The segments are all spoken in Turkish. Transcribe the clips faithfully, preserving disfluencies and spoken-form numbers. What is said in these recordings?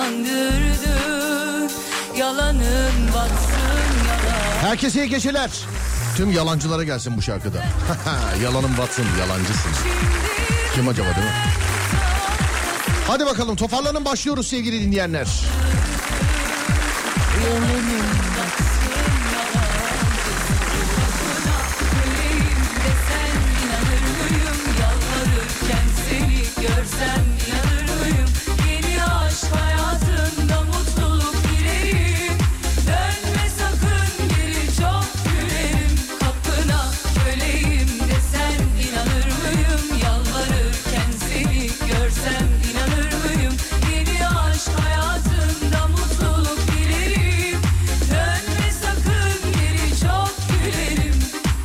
inandırdı. Yalanın batsın yalan. Herkese iyi geceler. Tüm yalancılara gelsin bu şarkıda. Yalanın batsın, yalancısın. Kim acaba, değil mi? Hadi bakalım toparlanın, başlıyoruz sevgili dinleyenler. Yalanın batsın yalan. Desen inanır mıyım? Yalvarırken seni görsem inanır mıyım? Yeni aşk hayatında mutluluk dilerim. Dönme sakın geri, çok gülerim. Kapına köleyim desen inanır mıyım? Yalvarırken seni görsem inanır mıyım? Yeni aşk hayatında mutluluk dilerim. Dönme sakın geri, çok gülerim.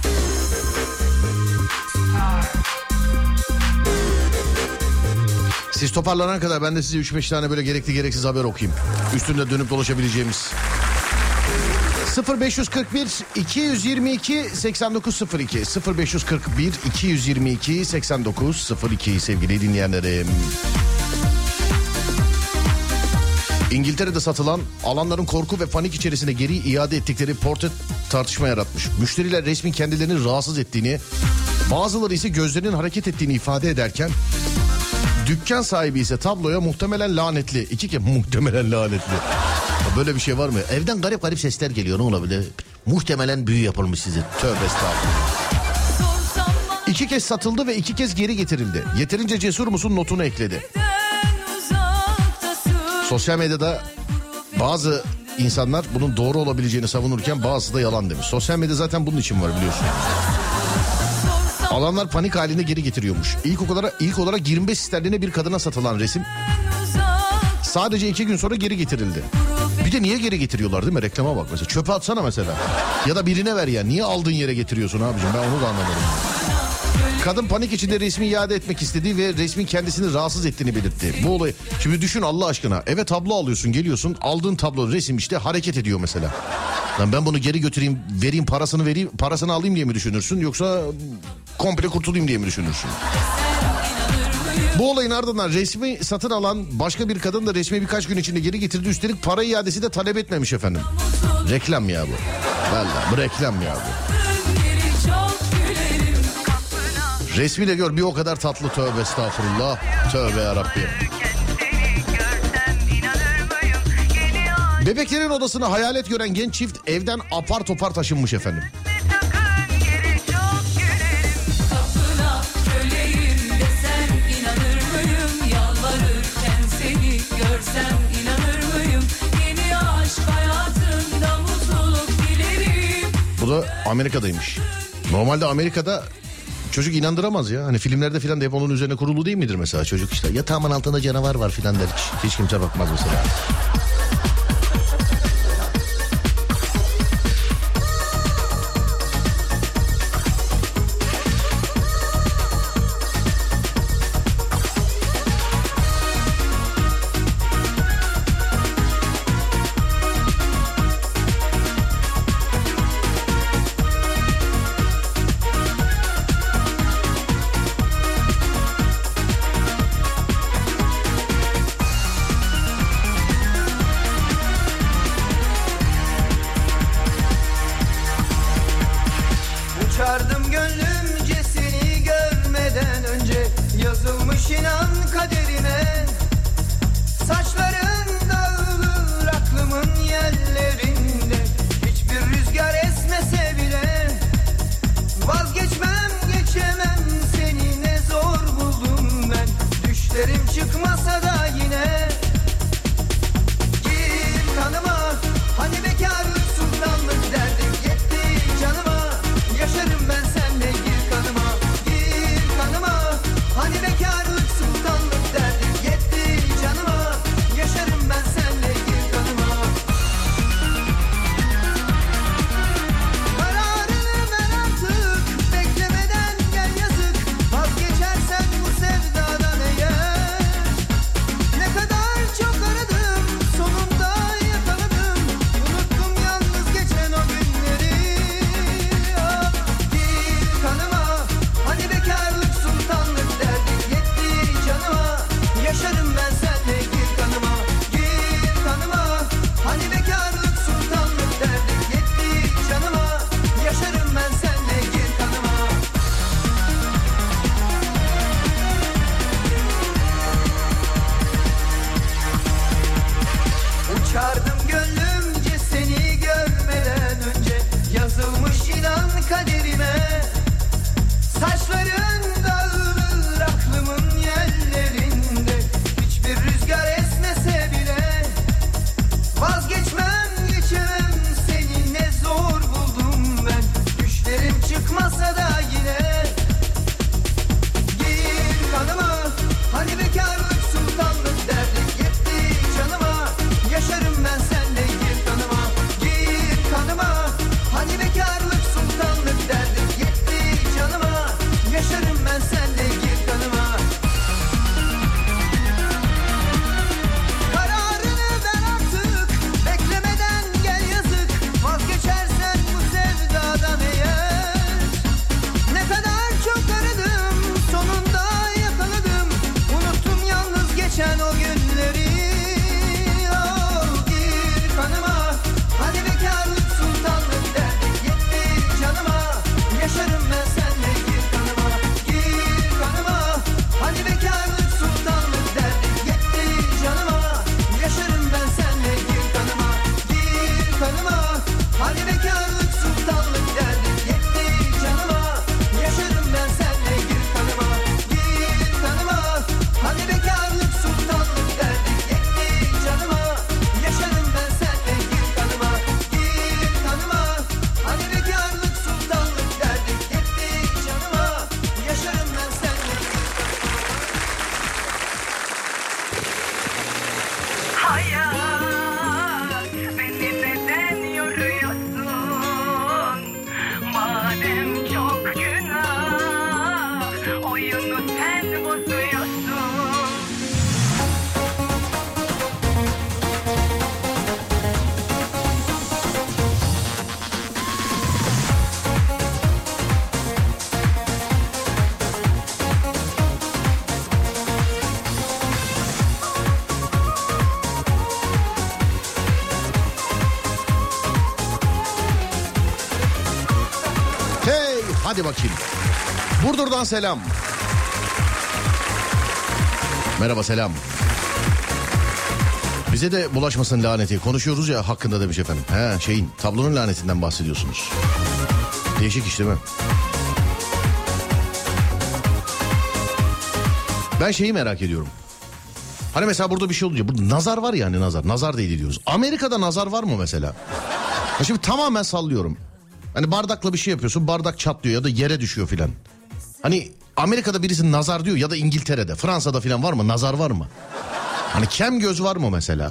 Siz toparlanana kadar ben de size üç beş tane böyle gerekli gereksiz haber okuyayım. Üstünde dönüp dolaşabileceğimiz. sıfır beş kırk bir iki yüz yirmi iki seksen dokuz sıfır iki sıfır beş kırk bir iki yüz yirmi iki seksen dokuz sıfır iki sevgili dinleyenlerim. İngiltere'de satılan, alanların korku ve panik içerisinde geri iade ettikleri portre tartışma yaratmış. Müşteriler resmin kendilerini rahatsız ettiğini, bazıları ise gözlerinin hareket ettiğini ifade ederken dükkan sahibi ise tabloya muhtemelen lanetli. İki kez muhtemelen lanetli. Böyle bir şey var mı? Evden garip garip sesler geliyor, ne olabilir? Muhtemelen büyü yapılmış sizin. Tövbe estağfurullah. İki kez satıldı ve iki kez geri getirildi. Yeterince cesur musun notunu ekledi. Sosyal medyada bazı insanlar bunun doğru olabileceğini savunurken bazısı da yalan demiş. Sosyal medya zaten bunun için var, biliyorsun. Alanlar panik halinde geri getiriyormuş. İlk olarak, ilk olarak yirmi beş sterline bir kadına satılan resim sadece iki gün sonra geri getirildi. Bir de niye geri getiriyorlar, değil mi? Reklama bak mesela. Çöpe atsana mesela. Ya da birine ver ya. Niye aldığın yere getiriyorsun abicim? Ben onu da anlamadım. Kadın panik içinde resmi iade etmek istediği ve resmin kendisini rahatsız ettiğini belirtti. Bu olay, şimdi düşün Allah aşkına. Eve tablo alıyorsun, geliyorsun, aldığın tablo resim işte hareket ediyor mesela. Lan ben bunu geri götüreyim, vereyim, parasını vereyim, parasını alayım diye mi düşünürsün, yoksa komple kurtulayım diye mi düşünürsün? Bu olayın ardından resmi satın alan başka bir kadın da resmi birkaç gün içinde geri getirdi. Üstelik para iadesi de talep etmemiş efendim. Reklam ya bu. Vallahi bu reklam ya bu. Resmi de gör bir o kadar tatlı, tövbe estağfurullah. Tövbe yarabbim. Bebeklerin odasına hayalet gören genç çift evden apar topar taşınmış efendim. Bu da Amerika'daymış. Normalde Amerika'da çocuk inandıramaz ya. Hani filmlerde filan da hep onun üzerine kurulu değil midir mesela çocuk işte. Yatağımın altında canavar var filan der. Hiç, hiç kimse bakmaz mesela. Madem çok günah, oyunu sen bozuyorsun. Hadi bakayım. Burdur'dan selam. Merhaba, selam. Bize de bulaşmasın laneti. Konuşuyoruz ya hakkında demiş efendim. He, şeyin, tablonun lanetinden bahsediyorsunuz. Değişik iş değil mi? Ben şeyi merak ediyorum. Hani mesela burada bir şey olunca, burada nazar var ya, hani nazar. Nazar değdi diyoruz. Amerika'da nazar var mı mesela? Ya şimdi tamamen sallıyorum. Hani bardakla bir şey yapıyorsun, bardak çatlıyor ya da yere düşüyor filan. Hani Amerika'da birisi nazar diyor ya da İngiltere'de, Fransa'da filan var mı? Nazar var mı? Hani kem göz var mı mesela?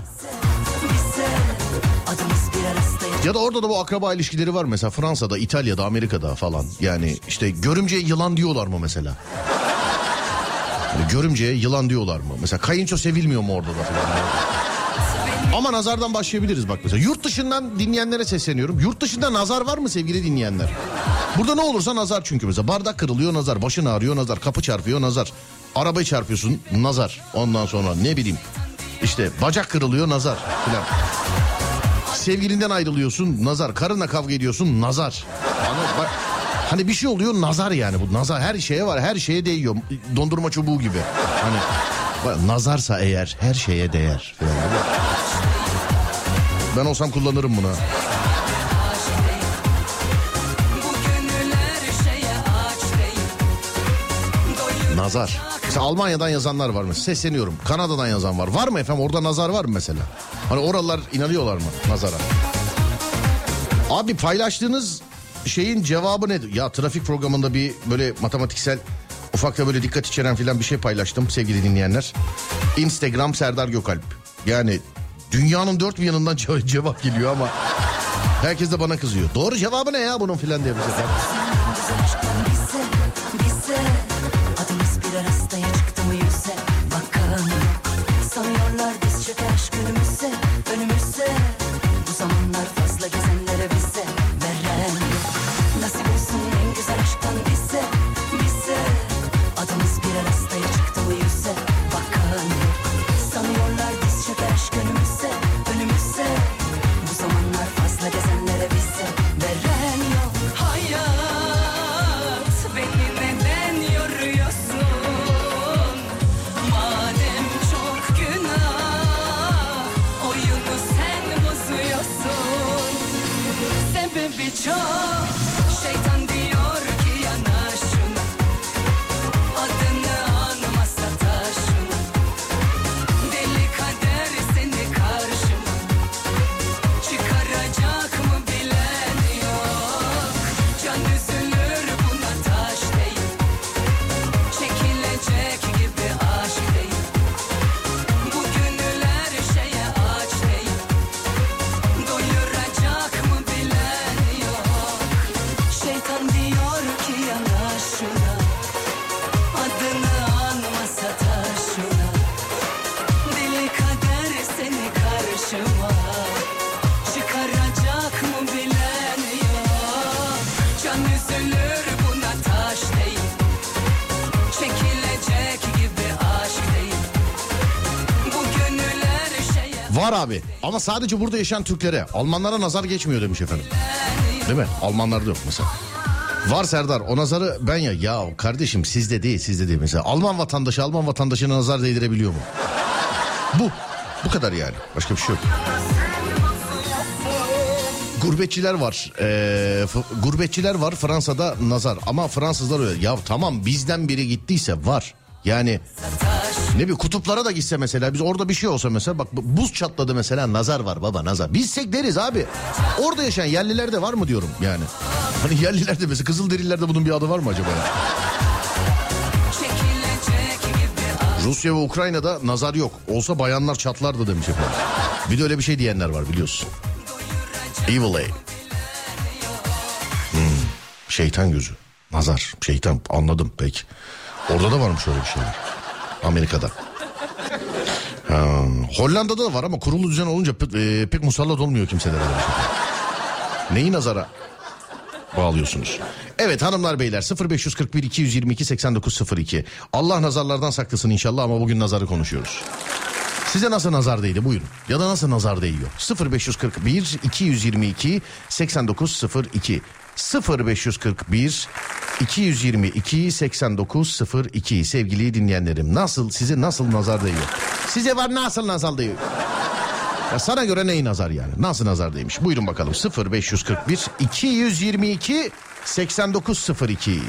Ya da orada da bu akraba ilişkileri var mesela, Fransa'da, İtalya'da, Amerika'da falan. Yani işte görümceye yılan diyorlar mı mesela? Yani görümceye yılan diyorlar mı? Mesela kayınço sevilmiyor mu orada da filan? Ama nazardan başlayabiliriz bak mesela. Yurt dışından dinleyenlere sesleniyorum. Yurt dışında nazar var mı sevgili dinleyenler? Burada ne olursa nazar çünkü mesela. Bardak kırılıyor nazar, başın ağrıyor nazar, kapı çarpıyor nazar. Arabayı çarpıyorsun nazar. Ondan sonra ne bileyim işte bacak kırılıyor nazar filan. Sevgilinden ayrılıyorsun nazar. Karınla kavga ediyorsun nazar. Hani, bak, hani bir şey oluyor nazar yani, bu nazar her şeye var, her şeye değiyor. Dondurma çubuğu gibi. Hani bak, nazarsa eğer her şeye değer filan. Ben olsam kullanırım bunu. Nazar. Mesela Almanya'dan yazanlar var mı? Sesleniyorum. Kanada'dan yazan var. Var mı efendim? Orada nazar var mı mesela? Hani oralılar inanıyorlar mı nazara? Abi paylaştığınız şeyin cevabı nedir? Ya trafik programında bir böyle matematiksel, ufak da böyle dikkat içeren filan bir şey paylaştım sevgili dinleyenler. Instagram Serdar Gökalp. Yani dünyanın dört bir yanından cevap geliyor ama herkes de bana kızıyor. Doğru cevabı ne ya bunun filan diye bize. Adımız bir arastaya çıktı mı yüze bakan sanıyorlar biz çok aşk önümüzse önümüzse bu zamanlar fazla gezenlere bize veren nasip olsun en güzel aşktan bize bize adımız bir arastaya çıktı mı yüze bakan sanıyorlar biz çok aşk önümüzse önümüzse bu zamanlar fazla gezenlere bize veren yok. Hayat beni neden yoruyorsun? Madem çok günah, oyunu sen bozuyorsun. Sebebi çok, şeytan diyor ki yanaş şuna, adını anma sata şuna, deli kader seni karşıma, çıkaracak mı bilen yok. Can üzülür buna taş değil, çekilecek gibi aşk değil. Bu gönüller şeye aç değil, doyuracak mı bilen yok. Şeytan diyor ki yanaş şuna, adını anma sata şuna, deli kader seni karşıma, çıkaracak mı bilen yok. Can üzülür buna taş değil, çekilecek gibi aşk değil. Bu gönüller şeye var abi, ama sadece burada yaşayan Türklere, Almanlara nazar geçmiyor demiş efendim. Değil mi? Almanlarda yok mesela. Var Serdar, o nazarı ben ya. Ya kardeşim sizde değil, sizde değil mesela. Alman vatandaşı Alman vatandaşına nazar değdirebiliyor mu? Bu. Bu kadar yani. Başka bir şey yok. Gurbetçiler var. Ee, f- gurbetçiler var Fransa'da nazar. Ama Fransızlar öyle. Ya tamam, bizden biri gittiyse var. Yani ne bir kutuplara da gitse mesela, biz orada bir şey olsa mesela, bak buz çatladı mesela, nazar var baba nazar. Bizsek deriz abi. Orada yaşayan yerlilerde var mı diyorum yani. Hani yerlilerde mesela, Kızılderililerde bunun bir adı var mı acaba ya? Rusya ve Ukrayna'da nazar yok. Olsa bayanlar çatlardı demiş efendim. Bir de öyle bir şey diyenler var biliyorsun. Evil Eye. Hmm. Şeytan gözü. Nazar. Şeytan. Anladım peki. Orada da varmış öyle bir şeyler. Amerika'da. Ha, Hollanda'da da var ama kurulu düzen olunca pek, e, pek musallat olmuyor kimselere. Neyi nazara bağlıyorsunuz? Evet hanımlar beyler, sıfır beş kırk bir iki yüz yirmi iki seksen dokuz sıfır iki. Allah nazarlardan saklasın inşallah ama bugün nazarı konuşuyoruz. Size nasıl nazar değdi buyurun. Ya da nasıl nazar değiyor? sıfır beş kırk bir iki yüz yirmi iki seksen dokuz sıfır iki. sıfır beş kırk bir iki yüz yirmi iki seksen dokuz sıfır iki. Sevgili dinleyenlerim, nasıl, size nasıl nazar değiyor? Size var nasıl nazar değiyor? Ya sana göre neyi nazar yani? Nasıl nazar değmiş? Buyurun bakalım. sıfır beş kırk bir iki yüz yirmi iki seksen dokuz sıfır iki.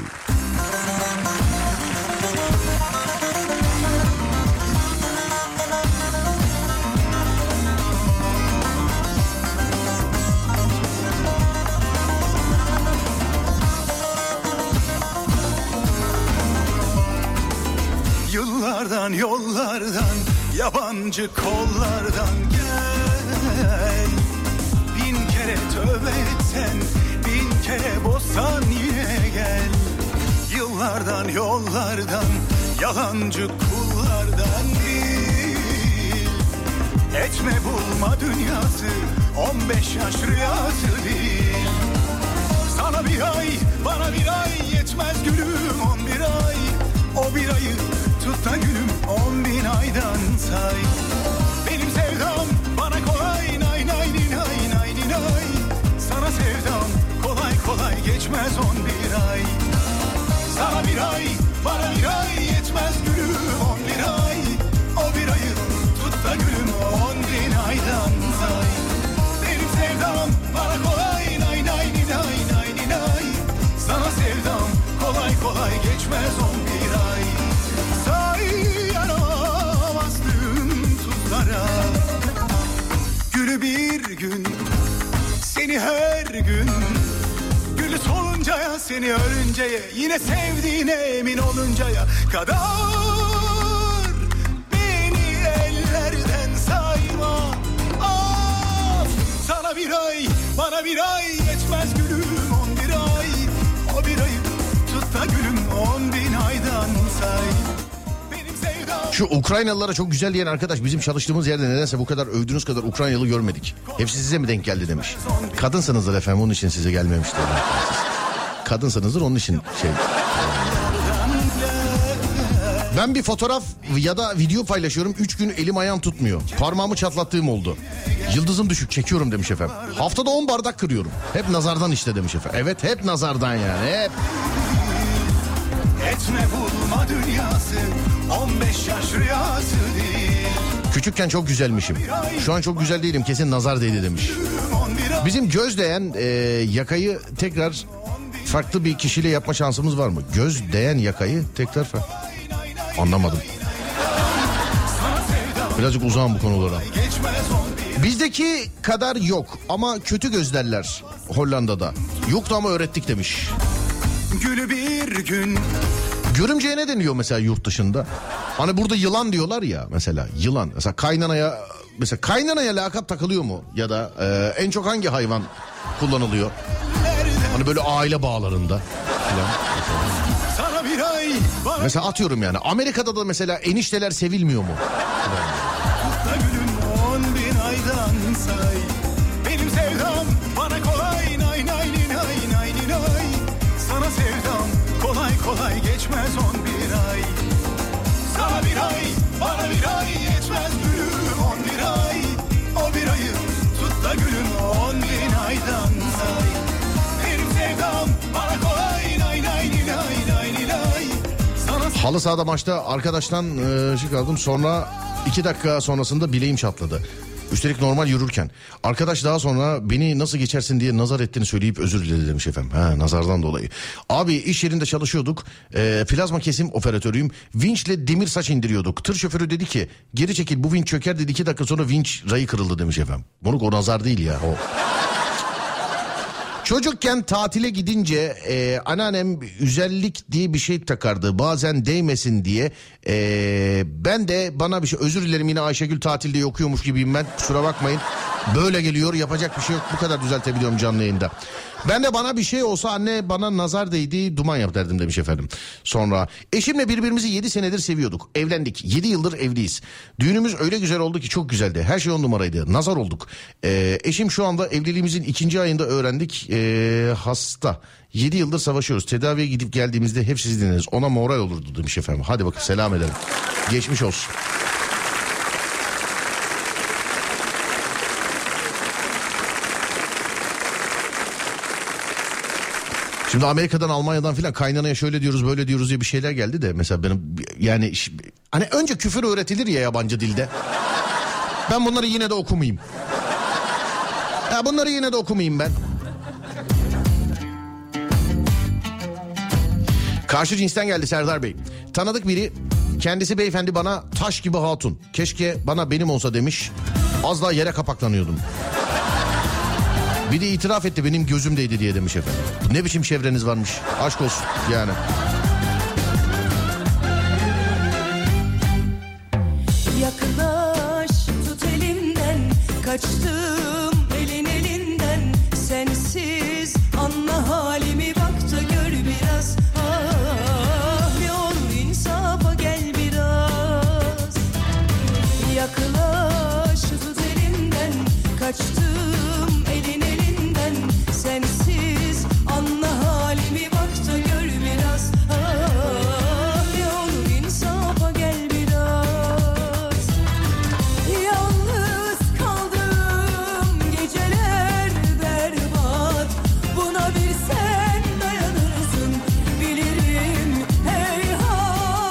Yıllardan yollardan yabancı kollardan gel. Bin kere tövbe etsen, bin kere bozsan yine gel. Yıllardan yollardan yalancı kullardan bil. Etme bulma dünyası on beş yaş rüyası değil. Sana bir ay, bana bir ay yetmez gülüm, on bir ay. O bir ayı tut da gülüm on bin aydan say. Benim sevdam bana kolay, nay nay ni nay nay ni nay. Sana sevdam kolay kolay geçmez on bir ay. Sana bir ay, bana bir ay yetmez gülüm on bir ay. O bir ayı tut da gülüm on bin aydan say. Benim sevdam bana kolay, nay nay ni nay nay ni nay. Sana sevdam kolay kolay geçmez on bir ay. Sayanamazdım tuzlara. Gülü bir gün, seni her gün. Gülü soluncaya, seni ölünceye, yine sevdiğine emin oluncaya kadar. Beni ellerden sayma. Of! Sana bir ay, bana bir ay yetmez gülüm on bir ay. O bir ayı tut da gülüm on bin aydan say. Şu Ukraynalılara çok güzel diyen arkadaş, bizim çalıştığımız yerde nedense bu kadar övdüğünüz kadar Ukraynalı görmedik. Hepsi size mi denk geldi demiş. Kadınsınızdır efendim, onun için size gelmemiştir. Kadınsınızdır onun için şey. Ben bir fotoğraf ya da video paylaşıyorum, üç gün elim ayağım tutmuyor. Parmağımı çatlattığım oldu. Yıldızım düşük, çekiyorum demiş efendim. Haftada on bardak kırıyorum. Hep nazardan işte demiş efendim. Evet, hep nazardan yani, hep. Etme bulma dünyası on beş yaş rüyası değil. Küçükken çok güzelmişim. Şu an çok güzel değilim, kesin nazar değdi demiş. Bizim göz değen e, yakayı tekrar farklı bir kişiyle yapma şansımız var mı? Göz değen yakayı tekrar farklı. Anlamadım. Birazcık uzağım bu konulara. Bizdeki kadar yok ama kötü göz derler Hollanda'da. Yoktu ama öğrettik demiş. Gülü bir gün. Görümceye ne deniyor mesela yurt dışında? Hani burada yılan diyorlar ya mesela, yılan. Mesela kaynanaya, mesela kaynanaya lakap takılıyor mu? Ya da e, en çok hangi hayvan kullanılıyor? Hani böyle aile bağlarında falan. Sana bir ay, bana... Mesela atıyorum yani Amerika'da da mesela enişteler sevilmiyor mu? Da gülüm on bin aydan say. Benim sevdam bana kolay, nay nay ni nay nay ni nay. Sana sevdam kolay kolay geçmez on bir ay. Sana bir ay, bana bir ay yetmez gülüm on bir ay. O bir ayı tut da gülüm on bin aydan say. Benim sevdam bana kolay, nay nay ni nay nay ni nay. Sana... Halı sahada maçta arkadaştan e, şey kaldım, sonra iki dakika sonrasında bileğim çatladı. Üstelik normal yürürken. Arkadaş daha sonra beni nasıl geçersin diye nazar ettiğini söyleyip özür diledi demiş efendim. Ha, nazardan dolayı. Abi iş yerinde çalışıyorduk. E, plazma kesim operatörüyüm. Vinçle demir saç indiriyorduk. Tır şoförü dedi ki geri çekil bu vinç çöker dedi. iki dakika sonra vinç rayı kırıldı demiş efendim. Bunu o nazar değil ya o. Çocukken tatile gidince e, anneannem güzellik diye bir şey takardı. Bazen değmesin diye. E, ben de bana bir şey, özür dilerim yine Ayşegül tatilde okuyormuş gibiyim ben. Kusura bakmayın. Böyle geliyor, yapacak bir şey yok. Bu kadar düzeltebiliyorum canlı yayında. Ben de bana bir şey olsa anne bana nazar değdi duman yap derdim demiş efendim. Sonra eşimle birbirimizi yedi senedir seviyorduk. Evlendik. yedi yıldır evliyiz. Düğünümüz öyle güzel oldu ki çok güzeldi. Her şey on numaraydı. Nazar olduk. Ee, eşim şu anda evliliğimizin ikinci ayında öğrendik. Ee, hasta. yedi yıldır savaşıyoruz. Tedaviye gidip geldiğimizde hep sizi dinleriz. Ona moral olurdu demiş efendim. Hadi bakın selam ederim. Geçmiş olsun. Şimdi Amerika'dan, Almanya'dan filan kaynanaya şöyle diyoruz böyle diyoruz diye bir şeyler geldi de mesela benim yani hani önce küfür öğretilir ya yabancı dilde. Ben bunları yine de okumayayım. Ya bunları yine de okumayayım ben. Karşı cinsten geldi Serdar Bey. Tanıdık biri, kendisi beyefendi, bana taş gibi hatun. Keşke bana benim olsa demiş. Az daha yere kapaklanıyordum. Bir de itiraf etti benim gözümdeydi diye demiş efendim. Ne biçim çevreniz varmış. Aşk olsun yani. Yaklaş tut elimden, kaçtım elin elinden. Sensiz anla halimi, bak da gör biraz. Ah ne olur insafa gel biraz. Yaklaş tut elimden, kaçtım elin elinden. Sensiz anla halimi, bak da gör biraz. Ah ne olur insafa gel biraz. Yalnız kaldım geceler berbat. Buna bir sen dayanırsın bilirim heyhat.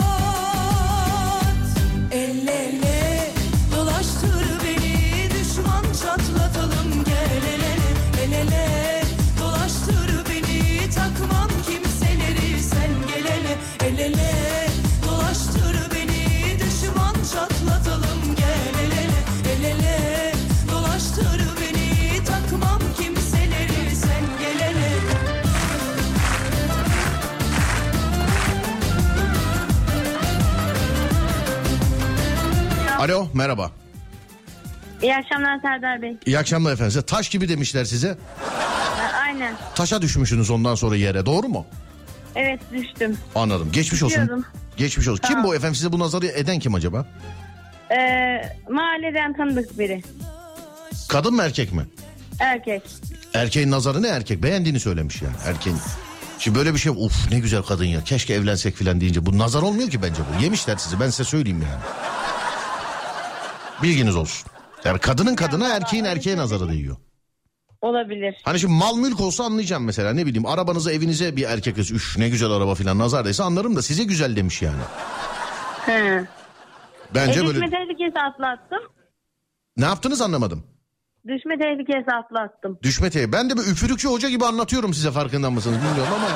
El ele dolaştır beni, düşman çatlatalım gel el ele. El ele dolaştır beni, takmam kimseleri, sen gel hele. El ele dolaştır beni, düşman çatlatalım gel el ele. El ele dolaştır beni, takmam kimseleri, sen gel hele. Alo, merhaba. İyi akşamlar Serdar Bey. İyi akşamlar efendim. Size taş gibi demişler size. Aynen. Taşa düşmüşsünüz ondan sonra yere, doğru mu? Evet, düştüm. Anladım. Geçmiş olsun. Düşüyorum. Geçmiş olsun. Kim Tamam. bu efendim, size bu nazarı eden kim acaba? Ee, mahalleden tanıdık biri. Kadın mı erkek mi? Erkek. Erkeğin nazarı ne, erkek? Beğendiğini söylemiş yani erkeğin. Şimdi böyle bir şey, uf ne güzel kadın ya, keşke evlensek filan deyince bu nazar olmuyor ki bence bu. Yemişler sizi, ben size söyleyeyim yani. Bilginiz olsun. Yani kadının kadına, erkeğin erkeğe nazarı değiyor. Olabilir. Hani şimdi mal mülk olsa anlayacağım mesela, ne bileyim arabanıza evinize bir erkek kız üf ne güzel araba filan nazar değse anlarım da size güzel demiş yani. He. Bence e, böyle. düşme tehlikesi atlattım. Ne yaptınız anlamadım. Düşme tehlikesi atlattım. Düşme tehlikesi. Ben de bir üfürükçü hoca gibi anlatıyorum size, farkında mısınız bilmiyorum ama.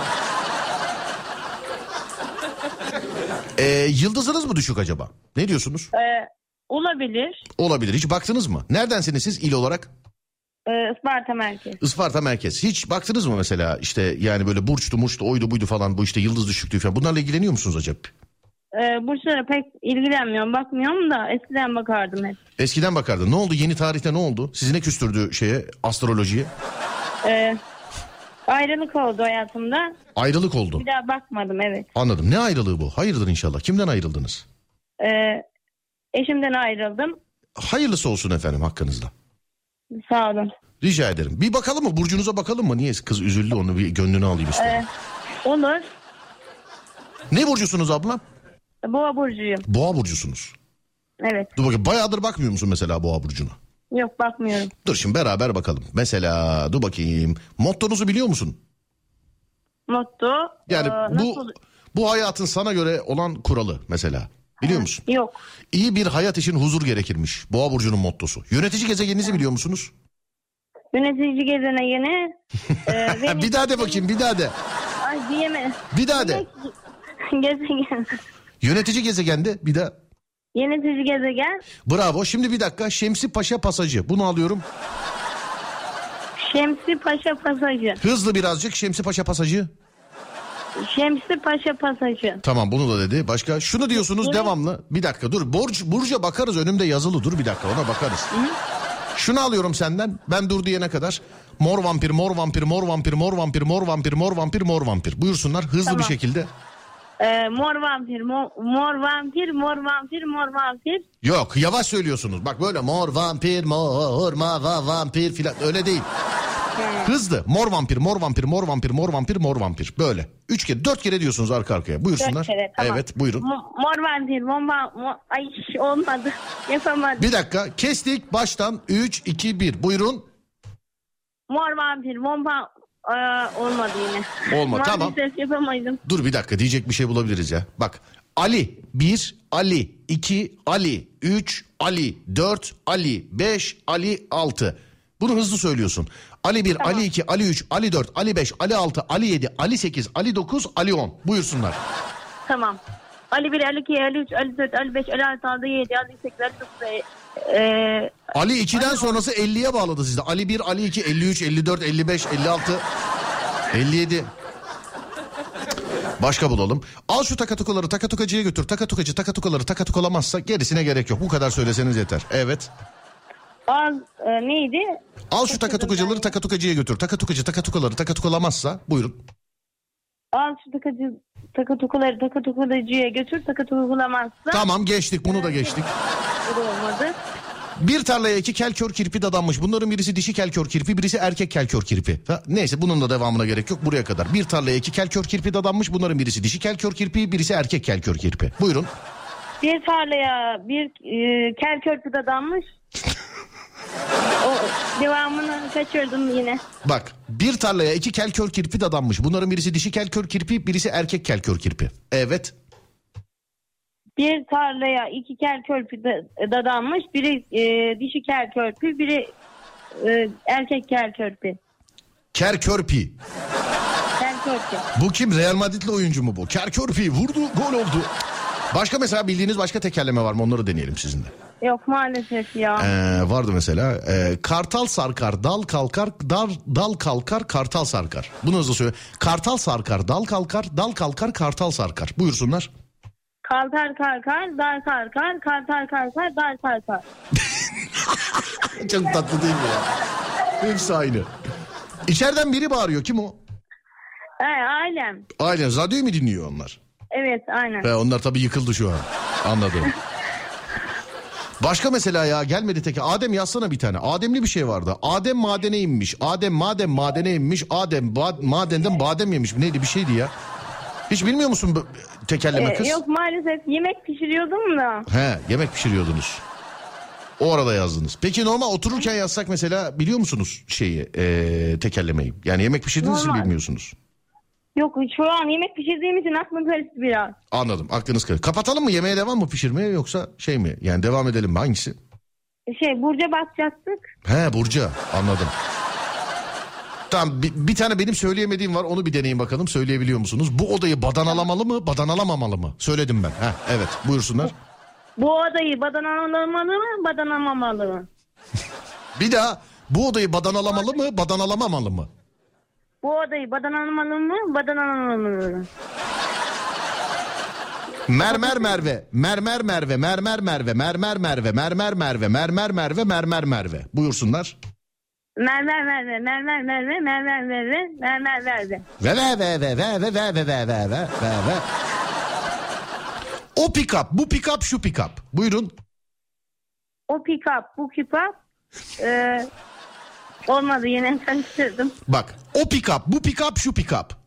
ee, yıldızınız mı düşük acaba? Ne diyorsunuz? Ee, olabilir. Olabilir. Hiç baktınız mı? Neredensiniz siz il olarak? Ee, Isparta merkez. Isparta merkez. Hiç baktınız mı mesela işte yani böyle burçtu murçtu oydu buydu falan, bu işte yıldız düşüklüğü falan, bunlarla ilgileniyor musunuz acaba? Ee, burçlara pek ilgilenmiyorum, bakmıyorum da eskiden bakardım hep. Eskiden bakardın. Ne oldu? Yeni tarihte ne oldu? Sizi ne küstürdü şeye, astrolojiye? Ee, ayrılık oldu hayatımda. Ayrılık oldu. Bir daha bakmadım, evet. Anladım. Ne ayrılığı bu? Hayırdır inşallah. Kimden ayrıldınız? Ee, eşimden ayrıldım. Hayırlısı olsun efendim hakkınızda. Sağ olun. Rica ederim. Bir bakalım mı? Burcunuza bakalım mı? Niye kız üzüldü, onu bir gönlünü alayım istedim. Ee, olur. Ne burcusunuz abla? Boğa burcuyum. Boğa burcusunuz. Evet. Dur bakayım, bayağıdır bakmıyor musun mesela boğa burcuna? Yok, bakmıyorum. Dur şimdi beraber bakalım. Mesela dur bakayım. Mottonuzu biliyor musun? Motto. Yani e, bu nasıl? bu hayatın sana göre olan kuralı mesela. Biliyor musun? Yok. İyi bir hayat için huzur gerekirmiş. Boğa burcunun mottosu. Yönetici gezegeninizi biliyor musunuz? Yönetici gezegeni. e, Venüs. Bir daha de bakayım, bir daha de. Ay diyeme. Bir daha de. Gezegen. Yönetici gezegende bir daha. Yönetici gezegen. Bravo. Şimdi bir dakika. Şemsi Paşa pasajı. Bunu alıyorum. Şemsi Paşa pasajı. Hızlı birazcık. Şemsi Paşa pasajı. Şemsi Paşa pasajı. Tamam, bunu da dedi. Başka? Şunu diyorsunuz Burç. devamlı. Bir dakika dur. Borç, Burcu'ya bakarız. Önümde yazılı. Dur bir dakika, ona bakarız. Hı? Şunu alıyorum senden. Ben dur diyene kadar. Mor vampir, mor vampir, mor vampir, mor vampir, mor vampir, mor vampir, mor vampir. Buyursunlar hızlı Tamam. bir şekilde. Ee, mor vampir, mor, mor vampir, mor vampir, mor vampir. Yok, yavaş söylüyorsunuz. Bak böyle mor vampir, mor mava vampir filan, öyle değil. Hızlı. Mor vampir, mor vampir, mor vampir, mor vampir, mor vampir. Böyle. Üç kere, dört kere diyorsunuz arka arkaya. Buyursunlar. Dört kere, tamam. Evet, buyurun. Mo- mor vampir, mor, va- mor... Ay olmadı. Yapamadım. Bir dakika. Kestik. Baştan. Üç, iki, bir. Buyurun. Mor vampir, mor va- Aa, olmadı yine. Olmadı, tamam. Ses yapamadım. Dur bir dakika, diyecek bir şey bulabiliriz ya. Bak. Ali bir, Ali iki, Ali üç, Ali dört, Ali beş, Ali altı. Bunu hızlı söylüyorsun. Ali bir, Tamam. Ali iki, Ali üç, Ali dört, Ali beş, Ali altı, Ali yedi, Ali sekiz, Ali dokuz, Ali on. Buyursunlar. Tamam. Ali bir, Ali iki, Ali üç, Ali dört, Ali beş, Ali altı, Ali yedi, Ali sekiz, Ali dokuz. Ee, Ali iki'den sonrası elliye bağladı sizde. Ali bir, Ali iki, elli üç, elli dört, elli beş, elli altı, elli yedi. Başka bulalım. Al şu takatukaları takatukacıya götür. Takatukacı takatukaları takatukalamazsa gerisine gerek yok. Bu kadar söyleseniz yeter. Evet. az e, neydi? Al şu takatukacaları takatukacıya götür. Takatukacı takatukaları takatukalamazsa buyurun. Al şu takacı, takatukuları takatukulacıya götür, takatukulamazsa. Tamam, geçtik, bunu da geçtik. Bu da olmadı. Bir tarlaya iki kel kör kirpi dadanmış. Bunların birisi dişi kel kör kirpi, birisi erkek kel kör kirpi. Ha, neyse, bunun da devamına gerek yok, buraya kadar. Bir tarlaya iki kel kör kirpi dadanmış. Bunların birisi dişi kel kör kirpi, birisi erkek kel kör kirpi. Buyurun. Bir tarlaya bir e, kel körpü dadanmış. O devamını kaçırdım yine. Bak, bir tarlaya iki kel kör kirpi dadanmış. Bunların birisi dişi kel kör kirpi, birisi erkek kel kör kirpi. Evet. Bir tarlaya iki kel körpü da- dadanmış. Biri e, dişi kel körpü, biri e, erkek kel körpü. Ker körpi. Kel körpü. Bu kim? Real Madridli oyuncu mu bu? Ker körpi vurdu, gol oldu. Başka mesela bildiğiniz başka tekerleme var mı? Onları deneyelim sizinle. Yok maalesef ya. Ee, vardı mesela. E, kartal sarkar, dal kalkar, dar, dal kalkar, kartal sarkar. Bunu hızlı söyle. Kartal sarkar, dal kalkar, dal kalkar, kartal sarkar. Buyursunlar. Kalkar kalkar, dar kalkar, kalkar kalkar, dar kalkar. Çok tatlı değil mi ya? Hepsi aynı. İçeriden biri bağırıyor. Kim o? He, ailem. Aynen. Radyoyu mu dinliyor onlar? Evet aynen. He, onlar tabii yıkıldı şu an. Anladım. Başka mesela ya, gelmedi tek. Adem yazsana bir tane. Ademli bir şey vardı. Adem madene inmiş. Adem madem madene inmiş. Adem ba- madenden badem yemiş. Neydi, bir şeydi ya. Hiç bilmiyor musun bu tekerleme kız? Ee, yok maalesef, yemek pişiriyordum da. He, yemek pişiriyordunuz. O arada yazdınız. Peki normal otururken yazsak mesela, biliyor musunuz şeyi, ee, tekerlemeyi? Yani yemek pişirdiğiniz için Normal. bilmiyorsunuz. Yok, şu an yemek pişirdiğim için aklım karıştı biraz. Anladım, aklınız karıştı. Kapatalım mı, yemeğe devam mı pişirmeye, yoksa şey mi? Yani devam edelim mi, hangisi? Şey, Burcu'ya bakacaktık. He, Burcu, anladım. Tamam, bir, bir tane benim söyleyemediğim var, onu bir deneyin bakalım, söyleyebiliyor musunuz? Bu odayı badanalamalı mı, badanalamalı mı? Söyledim ben. He, evet, buyursunlar. Bu odayı badanalamalı mı, badanamamalı mı? Bir daha, bu odayı badanalamalı mı, badanalamamalı mı? Bu odayı badanalamalı mı, badanalamalı mı? Mermer Merve, mermer Merve, mermer Merve, mermer Merve, mermer Merve, mermer Merve, mermer Merve. Buyursunlar. Mermer merve, mermer merve, mermer merve, mermer merve. Ve ve ve ve ve ve ve ve ve ve ve ve ve. O pick up, bu pick up, şu pick up. Buyurun. O pick up, bu pick up. Ee, olmadı, yine karıştırdım. Bak, o pick up, bu pick up, şu pick up.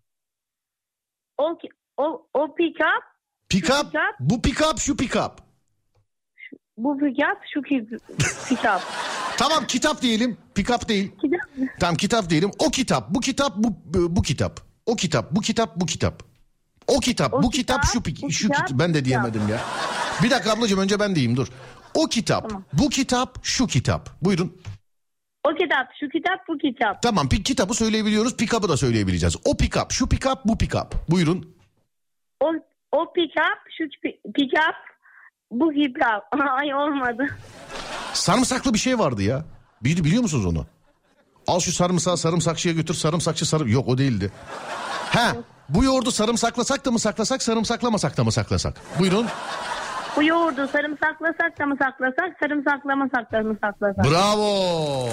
O, o, o pick up, Pick Şu up, pick up. bu pick up, şu pick up. bu pick up, şu pick up. Tamam, kitap diyelim, pick up değil. Kitap. Tamam, kitap diyelim. O kitap, bu kitap, bu bu kitap. O kitap, bu kitap, bu kitap. O kitap, O bu kitap, kitap, şu pik, bu şu kitap, kitap. Ben de kitap. diyemedim ya. Bir dakika ablacığım, önce ben diyeyim, dur. O kitap, Tamam. bu kitap, şu kitap. Buyurun. O kitap, şu kitap, bu kitap. Tamam, pik kitabı söyleyebiliyoruz, pick up'ı da söyleyebileceğiz. O pick up, şu pick up, bu pick up. Buyurun. O, o pick up, şu pick up, bu pick up. Ay olmadı. Sarımsaklı bir şey vardı ya. Bili- Biliyor musunuz onu? Al şu sarımsağı sarımsakçıya götür, sarımsakçı sarım... Yok, o değildi. Ha, bu yoğurdu sarımsaklasak da mı saklasak, sarımsaklamasak da mı saklasak? Buyurun. Bu yoğurdu sarımsaklasak da mı saklasak, sarımsaklamasak da mı saklasak? Bravo.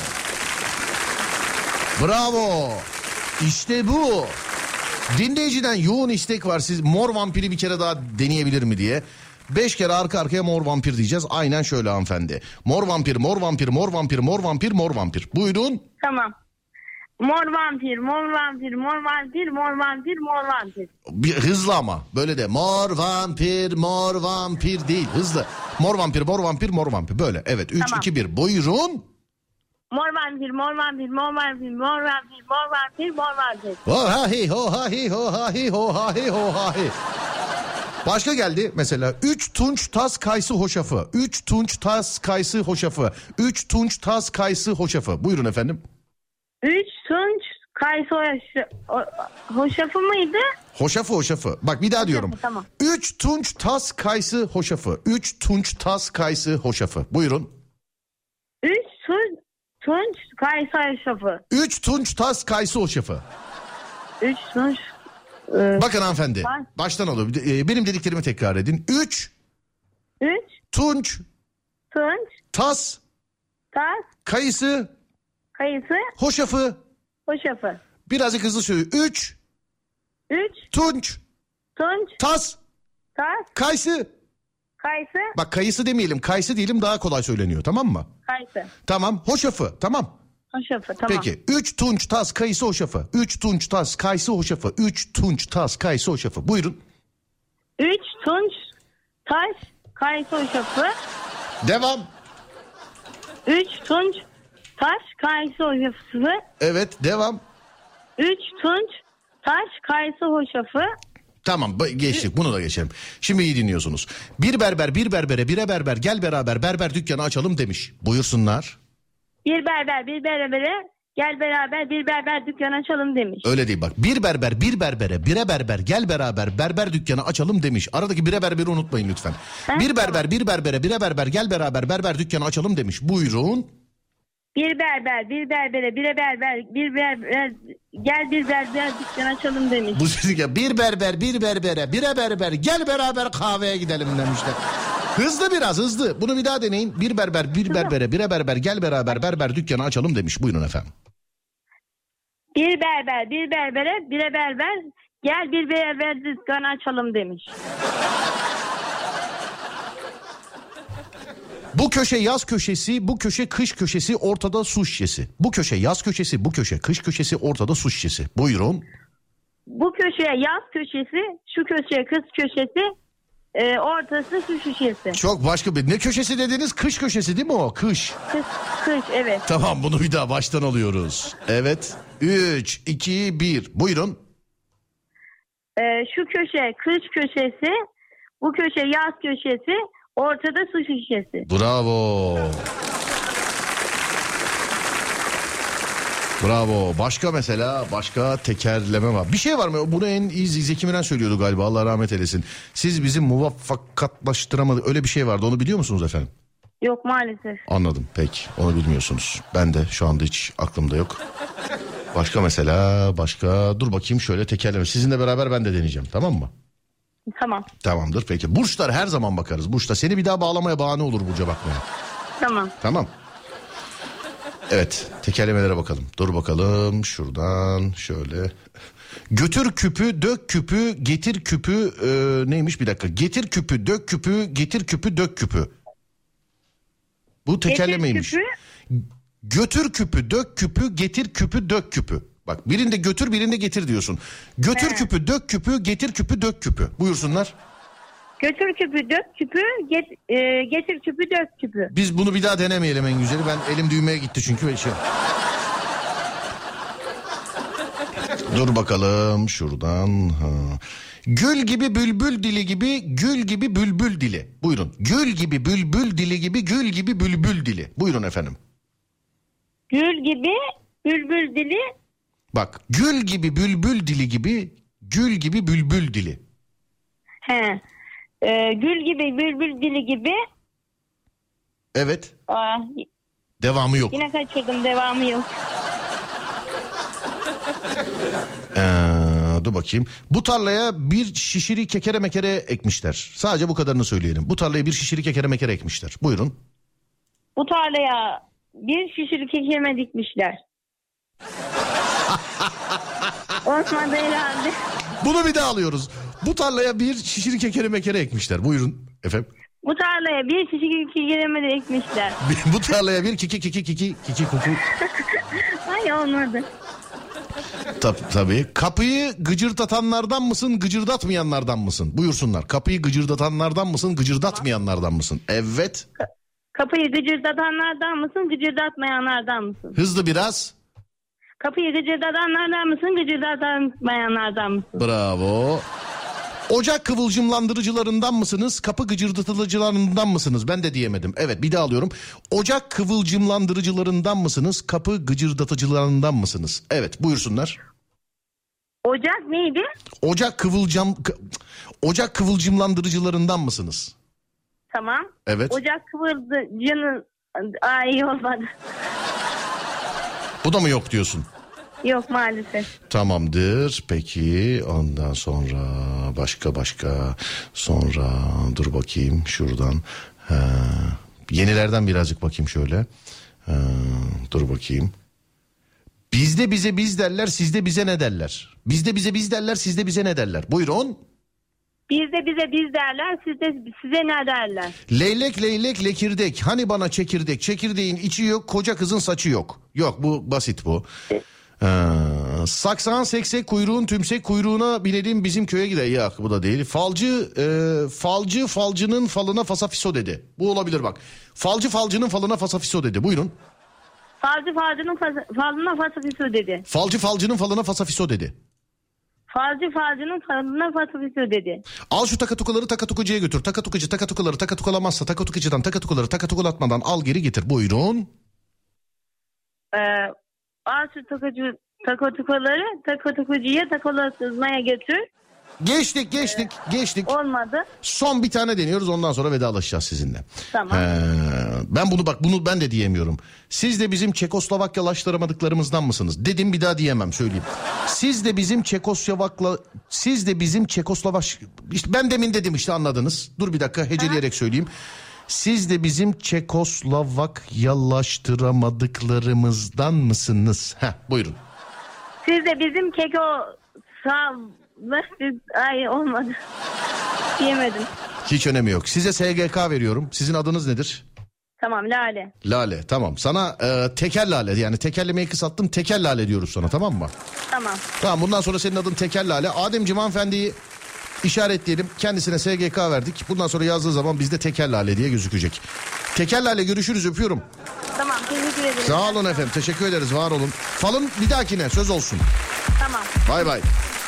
Bravo. İşte bu. Dinleyiciden yoğun istek var. Siz mor vampiri bir kere daha deneyebilir mi diye. Beş kere arka arkaya mor vampir diyeceğiz. Aynen şöyle hanımefendi. Mor vampir, mor vampir, mor vampir, mor vampir, mor vampir. Buyurun. Tamam. Mor vampir, mor vampir, mor vampir, mor vampir, mor vampir. Bir hızlı ama. Böyle de mor vampir, mor vampir değil. Hızlı. Mor vampir, mor vampir, mor vampir. Böyle. Evet. üç, Tamam. iki, bir. Buyurun. Mor vampir, mor vampir, mor vampir, mor vampir, mor vampir, mor vampir. Ho ha hi ho ha hi ho ha hi ho ha hi ho ha hi. Başka geldi mesela. Üç tunç tas kayısı hoşafı. Üç tunç tas kayısı hoşafı. Üç tunç tas kayısı hoşafı. Buyurun efendim. Üç tunç kayısı hoşafı, hoşafı mıydı? Hoşafı hoşafı. Bak bir daha diyorum. Tamam. Üç tunç tas kayısı hoşafı. Üç tunç tas kayısı hoşafı. Buyurun. Üç tunç, tunç kayısı hoşafı. Üç tunç tas kayısı hoşafı. Üç tunç... E, Bakın hanımefendi. Var. Baştan alıyor. Benim dediklerimi tekrar edin. Üç üç tunç tunç tas tas kayısı kayısı hoşafı. hoşafı. Birazcık hızlı söylüyor. Üç Üç tunç tunç tas tas kayısı. kayısı Bak kayısı demeyelim. Kayısı diyelim daha kolay söyleniyor. Tamam mı? kayısı Tamam. Hoşafı. Tamam. hoşafı. Tamam. Peki. Üç tunç tas kayısı hoşafı. Üç tunç tas kayısı hoşafı. Üç tunç tas kayısı hoşafı. Buyurun. Üç tunç taş kayısı hoşafı. Devam. Üç tunç taş kayısı hoşafı. Evet. Devam. Üç tunç taş kayısı hoşafı. Tamam geçtik, bunu da geçelim. Şimdi iyi dinliyorsunuz. Bir berber bir berbere bire berber gel beraber berber dükkanı açalım demiş. Buyursunlar. Bir berber bir berbere gel beraber bir berber dükkanı açalım demiş. Öyle değil bak. Bir berber bir berbere bire berber gel beraber berber dükkanı açalım demiş. Aradaki bire berberi unutmayın lütfen. He? Bir berber bir berbere bire berber gel beraber berber dükkanı açalım demiş. Buyurun. Bir berber bir berbere bire berber bir berber gel bir berber dükkanı açalım demiş. Bu sizin ya bir berber bir berbere bire berber gel beraber kahveye gidelim demişler. Hızlı biraz hızlı. Bunu bir daha deneyin. Bir berber bir berbere bire berber gel beraber berber dükkanı açalım demiş. Buyurun efendim. Bir berber bir berbere bire berber gel bir berber dükkanı açalım demiş. Bu köşe yaz köşesi, bu köşe kış köşesi, ortada su şişesi. Bu köşe yaz köşesi, bu köşe kış köşesi, ortada su şişesi. Buyurun. Bu köşeye yaz köşesi, şu köşeye kız köşesi, e, ortası su şişesi. Çok başka bir... Ne köşesi dediniz? Kış köşesi değil mi o? Kış. Kış, kış evet. Tamam bunu bir daha baştan alıyoruz. Evet. Üç, iki, bir. Buyurun. E, şu köşe kış köşesi, bu köşe yaz köşesi, ortada su şişesi. Bravo. Bravo. Başka mesela başka tekerleme var. Bir şey var mı? Bunu en iyi Zeki Müren söylüyordu galiba. Allah rahmet eylesin. Siz bizi muvaffakatlaştıramadık. Öyle bir şey vardı. Onu biliyor musunuz efendim? Yok maalesef. Anladım. Peki. Onu bilmiyorsunuz. Ben de şu anda hiç aklımda yok. Başka mesela başka. Dur bakayım şöyle tekerleme. Sizinle beraber ben de deneyeceğim. Tamam mı? Tamam. Tamamdır peki. Burçlar her zaman bakarız. Burçlar seni bir daha bağlamaya bahane olur Burç'a bakmaya. Tamam. Tamam. Evet tekerlemelere bakalım. Dur bakalım şuradan şöyle. Götür küpü dök küpü getir küpü e, neymiş bir dakika. Getir küpü dök küpü getir küpü dök küpü. Bu tekerlemeymiş. Getir küpü. Götür küpü dök küpü getir küpü dök küpü. Bak birinde götür birinde getir diyorsun. Götür He. küpü dök küpü getir küpü dök küpü. Buyursunlar. Götür küpü dök küpü get, e, getir küpü dök küpü. Biz bunu bir daha denemeyelim en güzeli. Ben elim düğmeye gitti çünkü. Şey. Dur bakalım şuradan. Ha. Gül gibi bülbül dili gibi gül gibi bülbül dili. Buyurun. Gül gibi bülbül dili gibi gül gibi bülbül dili. Buyurun efendim. Gül gibi bülbül dili. Bak gül gibi bülbül dili gibi gül gibi bülbül dili. He. Ee, gül gibi bülbül dili gibi. Evet. Aa, Devamı yok. yine kaçırdım devamı yok. Ee, dur bakayım. Bu tarlaya bir şişiri kekere mekere ekmişler. Sadece bu kadarını söyleyelim. Bu tarlaya bir şişiri kekere mekere ekmişler. Buyurun. Bu tarlaya bir şişiri kekeme dikmişler. Olmadı herhalde. Bunu bir daha alıyoruz. Bu tarlaya bir şişiri kekere mekere ekmişler. Buyurun efendim. Bu tarlaya bir şişiri kekeme de ekmişler. Bu tarlaya bir kiki kiki kiki kiki kuku. Ay olmadı. Tab tabii. Kapıyı gıcırdatanlardan mısın, gıcırdatmayanlardan mısın? Buyursunlar. Kapıyı gıcırdatanlardan mısın, gıcırdatmayanlardan mısın? Evet. Kapıyı gıcırdatanlardan mısın, gıcırdatmayanlardan mısın? Hızlı biraz. Kapıyı gıcırdatanlardan mısın, gıcırdatmayanlardan mısın? Bravo. Ocak kıvılcımlandırıcılarından mısınız, kapı gıcırdatıcılarından mısınız? Ben de diyemedim. Evet, bir daha alıyorum. Ocak kıvılcımlandırıcılarından mısınız, kapı gıcırdatıcılarından mısınız? Evet, buyursunlar. Ocak neydi? Ocak kıvılcım Ocak kıvılcımlandırıcılarından mısınız? Tamam. Evet. Ocak kıvılcının... Ay iyi olmadı. Bu da mı yok diyorsun? Yok maalesef. Tamamdır. Peki ondan sonra başka başka sonra dur bakayım şuradan. Ha, yenilerden birazcık bakayım şöyle. Ha, dur bakayım. Bizde bize biz derler, sizde bize ne derler? Bizde bize biz derler, sizde bize ne derler? Buyurun. Bizde bize biz derler, sizde size ne derler? Leylek leylek lekirdek. Hani bana çekirdek. Çekirdeğin içi yok, koca kızın saçı yok. Yok, bu basit bu. Ee, saksan seksek kuyruğun tümsek kuyruğuna binelim bizim köye gidelim. Yok, bu da değil. Falcı e, falcı falcının falına fasafiso dedi. Bu olabilir bak. Falcı falcının falına fasafiso dedi. Buyurun. Falcı falcının faz- falına fasafiso dedi. Falcı falcının falına fasafiso dedi. Falcı falcının falına fasafiso dedi. Al şu takatukaları takatukucuya götür. Takatukucu takatukaları takatukalamazsa takatukucudan takatukaları takatukalatmadan al geri getir. Buyurun. Ee, al şu takıcı takatukaları takatukucuya takolatmaya götür. Geçtik geçtik geçtik. Olmadı. Son bir tane deniyoruz, ondan sonra vedalaşacağız sizinle. Tamam. Ee, ben bunu bak bunu ben de diyemiyorum. Siz de bizim Çekoslovakyalaştıramadıklarımızdan mısınız? Dedim, bir daha diyemem, söyleyeyim. Siz de bizim Çekoslovakla siz de bizim Çekoslovak işte ben demin dedim işte, anladınız. Dur bir dakika, heceleyerek söyleyeyim. Siz de bizim Çekoslovakyalaştıramadıklarımızdan mısınız? Heh, buyurun. Siz de bizim keko sağ ay olmadı. Diyemedim. Hiç önemi yok. Size S G K veriyorum. Sizin adınız nedir? Tamam, Lale. Lale, tamam. Sana e, teker lale, yani tekerlemeyi kısalttım, teker lale diyoruz sana, tamam mı? Tamam. Tamam, bundan sonra senin adın teker lale. Ademciğim, hanımefendiyi işaretleyelim. Kendisine S G K verdik. Bundan sonra yazdığı zaman bizde teker lale diye gözükecek. Teker lale, görüşürüz, öpüyorum. Tamam, teşekkür ederim. Sağ olun efendim, teşekkür ederiz, var olun. Falın bir dahakine söz olsun. Tamam. Bay bay.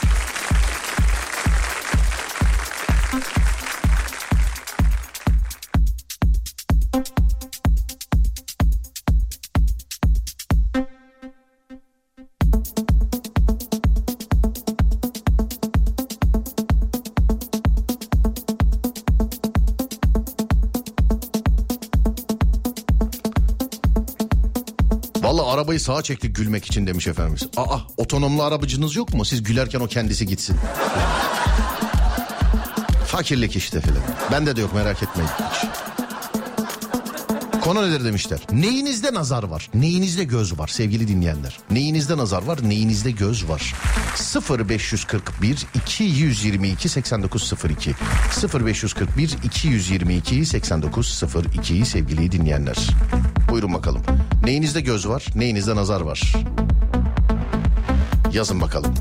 Vallahi arabayı sağa çektik gülmek için demiş efendimiz. Aa, otonomlu arabacınız yok mu? Siz gülerken o kendisi gitsin. Fakirlik işte filan. Bende de yok, merak etmeyin. Konu nedir demişler. Neyinizde nazar var? Neyinizde göz var sevgili dinleyenler? Neyinizde nazar var? Neyinizde göz var? sıfır beş kırk bir iki yüz yirmi iki seksen dokuz sıfır iki sıfır beş kırk bir iki yüz yirmi iki seksen dokuz sıfır iki sevgili dinleyenler. Buyurun bakalım. Neyinizde göz var? Neyinizde nazar var? Yazın bakalım.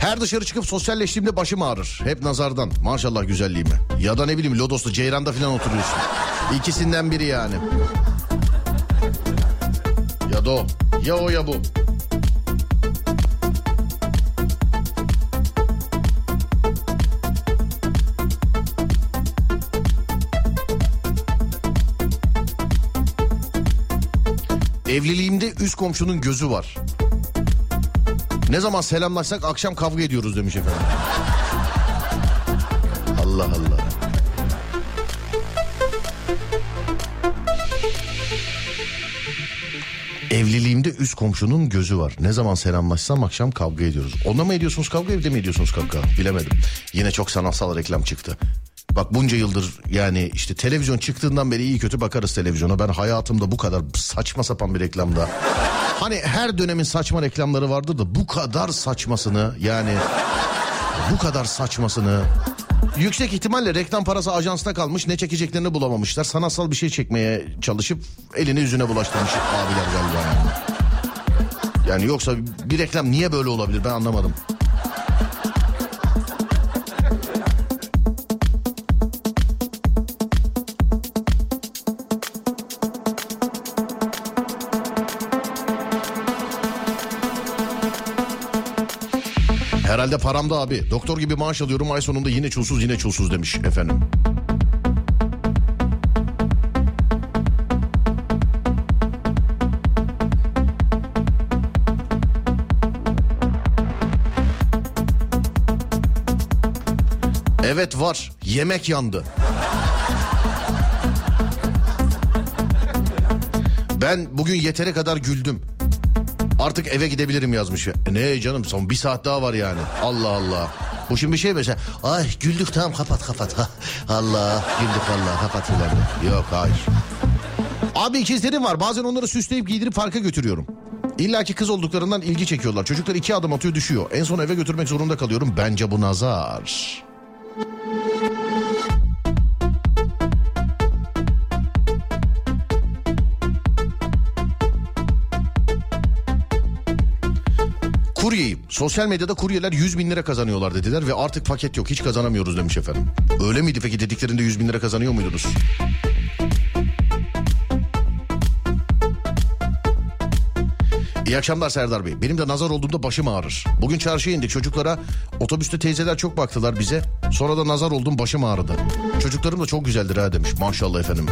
Her dışarı çıkıp sosyalleştiğimde başım ağrır. Hep nazardan. Maşallah güzelliğime. Ya da ne bileyim Lodos'ta, Ceyran'da falan oturuyorsun. İkisinden biri yani. Ya da o. Ya o ya bu. Evliliğimde üst komşunun gözü var. Ne zaman selamlaşsak akşam kavga ediyoruz demiş efendim. Allah Allah. Evliliğimde üst komşunun gözü var. Ne zaman selamlaşsam akşam kavga ediyoruz. Onunla mı ediyorsunuz kavga, evde mi ediyorsunuz kavga? Bilemedim. Yine çok sanatsal reklam çıktı. Bak bunca yıldır yani işte televizyon çıktığından beri iyi kötü bakarız televizyona. Ben hayatımda bu kadar saçma sapan bir reklamda... Hani her dönemin saçma reklamları vardır da bu kadar saçmasını yani... Bu kadar saçmasını... Yüksek ihtimalle reklam parası ajansta kalmış, ne çekeceklerini bulamamışlar. Sanatsal bir şey çekmeye çalışıp elini yüzüne bulaştırmış abiler galiba yani. Yani yoksa bir reklam niye böyle olabilir ben anlamadım. Herhalde paramda abi. Doktor gibi maaş alıyorum, ay sonunda yine çulsuz yine çulsuz demiş efendim. Evet var. Yemek yandı. Ben bugün yeteri kadar güldüm. Artık eve gidebilirim yazmış. Ne canım, son bir saat daha var yani. Allah Allah. Bu şimdi bir şey mesela. Ay güldük tamam kapat kapat. Allah güldük vallahi kapat ileride. Yok hayır. Abi ikizlerim var. Bazen onları süsleyip giydirip parka götürüyorum. İlla ki kız olduklarından ilgi çekiyorlar. Çocuklar iki adım atıyor düşüyor. En son eve götürmek zorunda kalıyorum. Bence bu nazar. Kuryeyim. Sosyal medyada kuryeler yüz bin lira kazanıyorlar dediler ve artık paket yok, hiç kazanamıyoruz demiş efendim. Öyle miydi peki, dediklerinde yüz bin lira kazanıyor muydunuz? İyi akşamlar Serdar Bey. Benim de nazar olduğumda başım ağrır. Bugün çarşıya indik, çocuklara otobüste teyzeler çok baktılar bize. Sonra da nazar oldum, başım ağrıdı. Çocuklarım da çok güzeldir ha demiş. Maşallah efendim.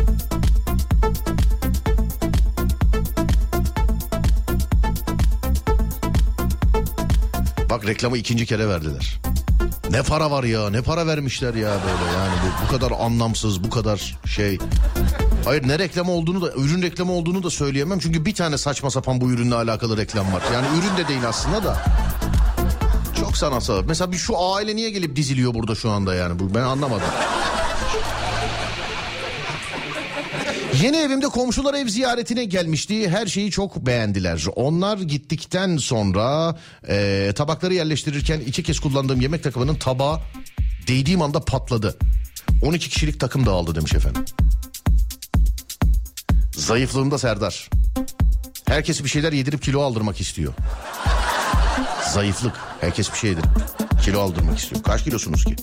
Bak reklamı ikinci kere verdiler. Ne para var ya, ne para vermişler ya böyle yani bu, bu kadar anlamsız, bu kadar şey. Hayır, ne reklamı olduğunu da, ürün reklamı olduğunu da söyleyemem. Çünkü bir tane saçma sapan bu ürünle alakalı reklam var. Yani ürün de değil aslında da. Çok sanatsal. Mesela bir şu aile niye gelip diziliyor burada şu anda yani, bu ben anlamadım. Yeni evimde komşular ev ziyaretine gelmişti. Her şeyi çok beğendiler. Onlar gittikten sonra e, tabakları yerleştirirken iki kez kullandığım yemek takımının tabağı değdiğim anda patladı. on iki kişilik takım dağıldı demiş efendim. Zayıflığımda Serdar. Herkes bir şeyler yedirip kilo aldırmak istiyor. Zayıflık. Herkes bir şey yedirip kilo aldırmak istiyor. Kaç kilosunuz ki?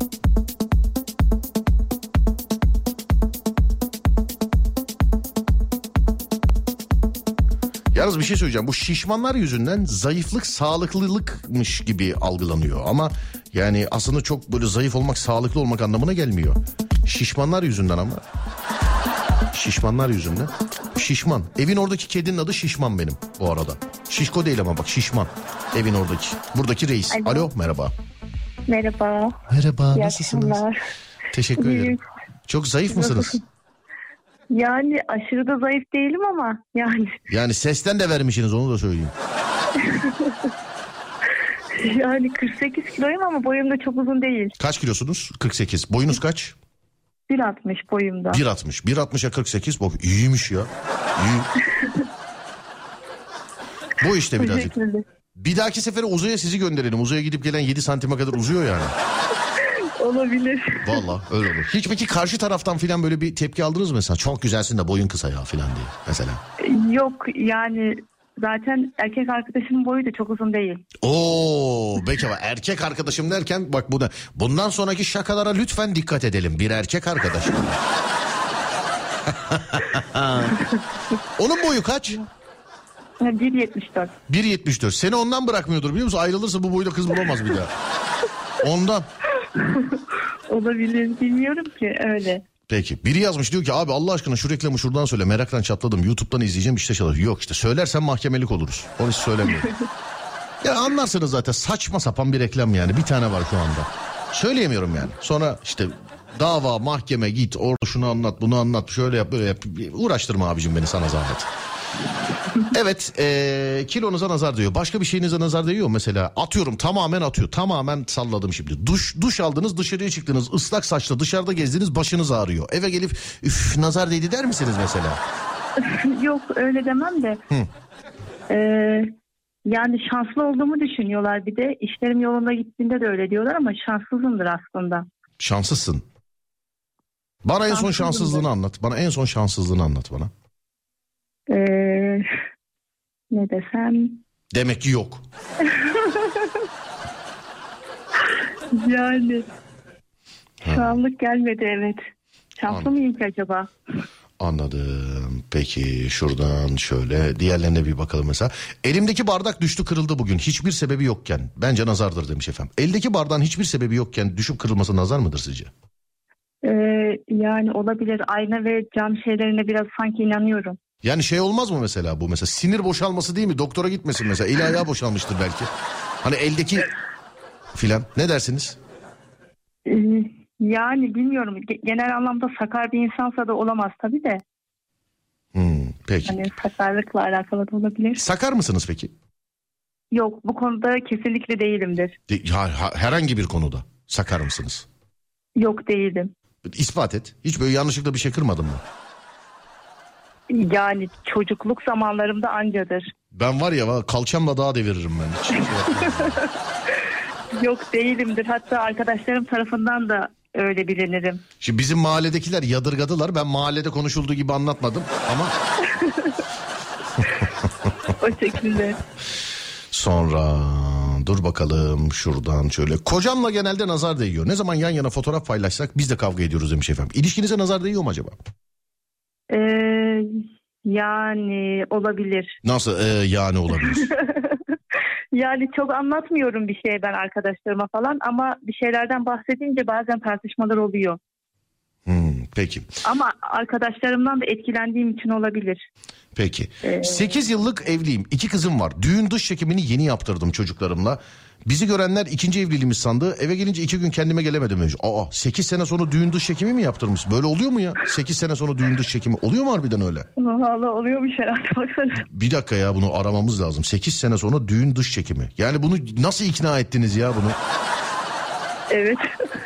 Yalnız bir şey söyleyeceğim. Bu şişmanlar yüzünden zayıflık sağlıklılıkmış gibi algılanıyor. Ama yani aslında çok böyle zayıf olmak sağlıklı olmak anlamına gelmiyor. Şişmanlar yüzünden ama. Şişmanlar yüzünden. Şişman. Evin oradaki kedinin adı Şişman benim bu arada. Şişko değil ama bak, Şişman. Evin oradaki. Buradaki reis. Alo, Alo merhaba. Merhaba. Merhaba. İyi Nasılsınız? akşamlar. Teşekkür ederim. Çok zayıf mısınız? Yani aşırı da zayıf değilim ama yani. Yani sesten de vermişsiniz, onu da söyleyeyim. Yani kırk sekiz kiloyum ama boyum da çok uzun değil. Kaç kilosunuz? kırk sekiz. Boyunuz kaç? bir altmış boyumda. bir altmış. bir altmışa kırk sekiz. Boy. İyiymiş ya. İyi. Bu işte birazcık. Bir dahaki sefere uzaya sizi gönderelim. Uzaya gidip gelen yedi santime kadar uzuyor yani. Olabilir. Vallahi öyle olur. Hiç peki karşı taraftan filan böyle bir tepki aldınız mı mesela? Çok güzelsin de boyun kısa ya filan diye mesela. Yok yani zaten erkek arkadaşımın boyu da çok uzun değil. Oo, peki ama erkek arkadaşım derken bak bu da bundan sonraki şakalara lütfen dikkat edelim. Bir erkek arkadaşım. Onun boyu kaç? bir yetmiş dört. bir yetmiş dört. Seni ondan bırakmıyordur biliyor musun? Ayrılırsa bu boyda kız bulamaz bir daha. Ondan. Olabilir, bilmiyorum ki öyle. Peki biri yazmış diyor ki abi Allah aşkına şu reklamı şuradan söyle, meraktan çatladım, YouTube'dan izleyeceğim işte çalar. Yok işte söylersen mahkemelik oluruz. Onu hiç söylemiyorum. Ya anlarsınız zaten, saçma sapan bir reklam yani, bir tane var şu anda. Söyleyemiyorum yani. Sonra işte dava, mahkeme, git orada şunu anlat bunu anlat şöyle yap böyle yap. Uğraştırma abicim beni, sana zahmet. Evet, ee, kilonuza nazar değiyor. Başka bir şeyinize nazar değiyor mesela. Atıyorum, tamamen atıyor. Tamamen salladım şimdi. Duş duş aldınız, dışarıya çıktınız. Islak saçla dışarıda gezdiniz, başınız ağrıyor. Eve gelip üf nazar değdi der misiniz mesela? Yok öyle demem de. Hı. Ee, yani şanslı olduğumu düşünüyorlar bir de. İşlerim yolunda gittiğinde de öyle diyorlar ama şanssızımdır aslında. Şanslısın. Bana en son şanssızlığını anlat. Bana en son şanssızlığını anlat bana. Ee, ne desem? Demek ki yok. Yani Ha. şu anlık gelmedi, evet. Şanslı Anladım. mıyım ki acaba? Anladım. Peki şuradan şöyle diğerlerine bir bakalım mesela. Elimdeki bardak düştü kırıldı bugün hiçbir sebebi yokken. Bence nazardır demiş efendim. Eldeki bardağın hiçbir sebebi yokken düşüp kırılması nazar mıdır sizce? Ee, yani olabilir. Ayna ve cam şeylerine biraz sanki inanıyorum. Yani şey olmaz mı mesela bu mesela sinir boşalması değil mi? Doktora gitmesin mesela, eli ayağı boşalmıştır belki. Hani eldeki filan, ne dersiniz? Ee, yani bilmiyorum. Ge- genel anlamda sakar bir insansa da olamaz tabii de. Hmm, peki. Hani sakarlıkla alakalı da olabilir. Sakar mısınız peki? Yok, bu konuda kesinlikle değilimdir. De- ha- ha- herhangi bir konuda sakar mısınız? Yok, değilim. İspat et. Hiç böyle yanlışlıkla bir şey kırmadın mı? Yani çocukluk zamanlarımda ancadır. Ben var ya kalçamla daha deviririm ben. Hiç şey yapmam. Yok, değilimdir. Hatta arkadaşlarım tarafından da öyle bilinirim. Şimdi bizim mahalledekiler yadırgadılar. Ben mahallede konuşulduğu gibi anlatmadım ama O şekilde. sonra dur bakalım şuradan şöyle. Kocamla genelde nazar değiyor. Ne zaman yan yana fotoğraf paylaşsak biz de kavga ediyoruz demiş efendim. İlişkinize nazar değiyor mu acaba? Ee, yani olabilir. Nasıl ee, yani olabilir? Yani çok anlatmıyorum bir şey ben arkadaşlarıma falan ama bir şeylerden bahsedince bazen tartışmalar oluyor. Hmm, peki. Ama arkadaşlarımdan da etkilendiğim için olabilir. Peki. Ee... sekiz yıllık evliyim. İki kızım var. Düğün dış çekimini yeni yaptırdım çocuklarımla. Bizi görenler ikinci evliliğimiz sandı. Eve gelince iki gün kendime gelemedim demiş. Aa, sekiz sene sonra düğün dış çekimi mi yaptırmış? Böyle oluyor mu ya? sekiz sene sonra düğün dış çekimi oluyor mu harbiden öyle? Vallahi oluyormuş herhalde, baksana. Bir dakika ya, bunu aramamız lazım. sekiz sene sonra düğün dış çekimi. Yani bunu nasıl ikna ettiniz ya bunu? Evet.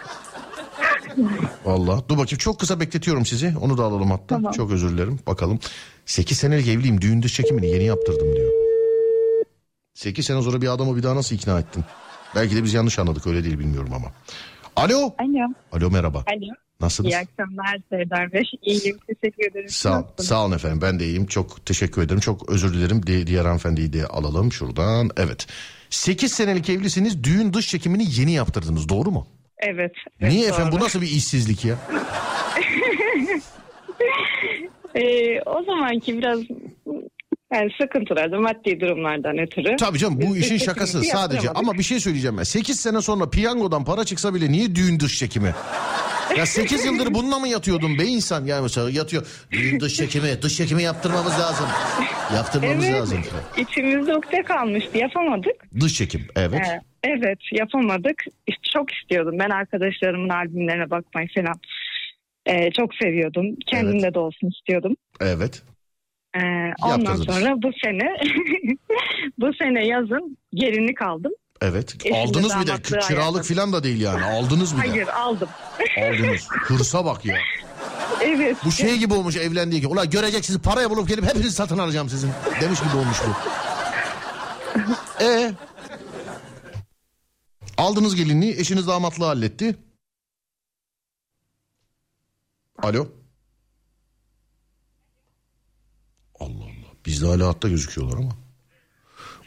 Vallahi dur bakayım, çok kısa bekletiyorum sizi. Onu da alalım hatta. Tamam. Çok özür dilerim. Bakalım. sekiz senelik evliyim. Düğün dış çekimini yeni yaptırdım diyor. sekiz sene sonra bir adamı bir daha nasıl ikna ettin? Belki de biz yanlış anladık, öyle değil, bilmiyorum ama. Alo. Alo. Alo, merhaba. Alo. Nasılsınız? İyi akşamlar Serdar Bey. İyiyim, teşekkür ederim. Sağ, Nasılsınız? sağ olun efendim, ben de iyiyim. Çok teşekkür ederim. Çok özür dilerim. Di- diğer hanımefendiyi de alalım şuradan. Evet. sekiz senelik evlisiniz. Düğün dış çekimini yeni yaptırdınız. Doğru mu? Evet. evet Niye doğru. efendim? Bu nasıl bir işsizlik ya? Ee, o zamanki biraz yani sıkıntılardan, maddi durumlardan ötürü. Tabii canım, bu Biz işin dış şakası çekimimizi sadece. yaptıramadık. Ama bir şey söyleyeceğim ben. sekiz sene sonra piyangodan para çıksa bile niye düğün dış çekimi? Ya sekiz yıldır bununla mı yatıyordun be insan? Yani mesela yatıyor. Düğün dış çekimi, dış çekimi yaptırmamız lazım. Yaptırmamız Evet, lazım. içimizde ukde kalmıştı, yapamadık. Dış çekim, evet. Ee, evet, yapamadık. İşte çok istiyordum. Ben arkadaşlarımın albümlerine bakmayı falan Ee, çok seviyordum. Kendimde Evet. de olsun istiyordum. Evet. Ee, ondan Yaptırdınız. sonra bu sene bu sene yazın gelinlik aldım. Evet. Eşimle Aldınız bir de damatlığı kiralık ayarladım. falan da değil yani. Aldınız bir de. Hayır, aldım. Aldınız. Hırsa bak ya. Evet. Bu şey gibi olmuş evlendiği gibi. Ulan göreceksiniz, paraya bulup gelip hepinizi satın alacağım sizin. Demiş gibi olmuş bu. E aldınız gelinliği, eşiniz damatlığı halletti. Alo. Allah Allah. Bizde hala hatta gözüküyorlar ama.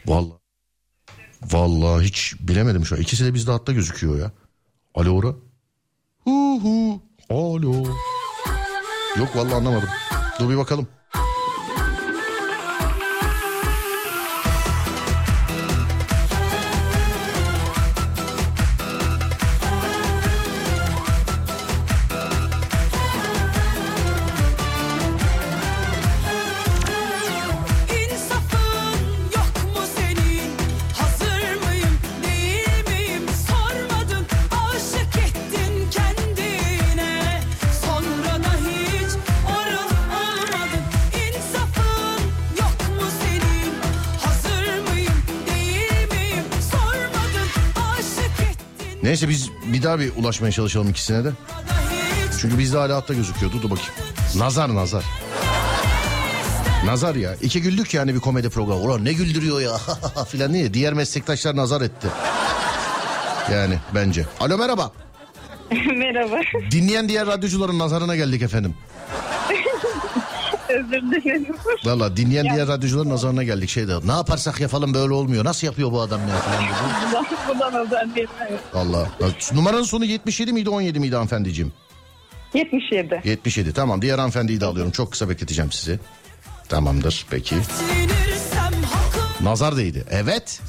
Vallahi. Vallahi hiç bilemedim şu an. İkisi de bizde hatta gözüküyor ya. Alo ora. Hu hu. Alo. Yok vallahi anlamadım. Dur bir bakalım. Neyse biz bir daha bir ulaşmaya çalışalım ikisine de. Çünkü bizde hala hatta gözüküyordu. Dur bakayım. Nazar nazar. Nazar ya. İki güldük yani bir komedi programı. Ulan ne güldürüyor ya filan diye. Diğer meslektaşlar nazar etti. Yani bence. Alo merhaba. Merhaba. Dinleyen diğer radyocuların nazarına geldik efendim. Özür dilerim. Valla dinleyen ya. Diğer radyocuların nazarına geldik. Şeyde ne yaparsak yapalım böyle olmuyor. Nasıl yapıyor bu adam ya falan dedi. Bundan özel değil mi? Valla. Numaranın sonu yetmiş yedi miydi on yedi miydi hanımefendiciğim? yetmiş yedi. yetmiş yedi tamam. Diğer hanımefendiyi de alıyorum. Çok kısa bekleteceğim sizi. Tamamdır peki. Nazar değdi. Evet.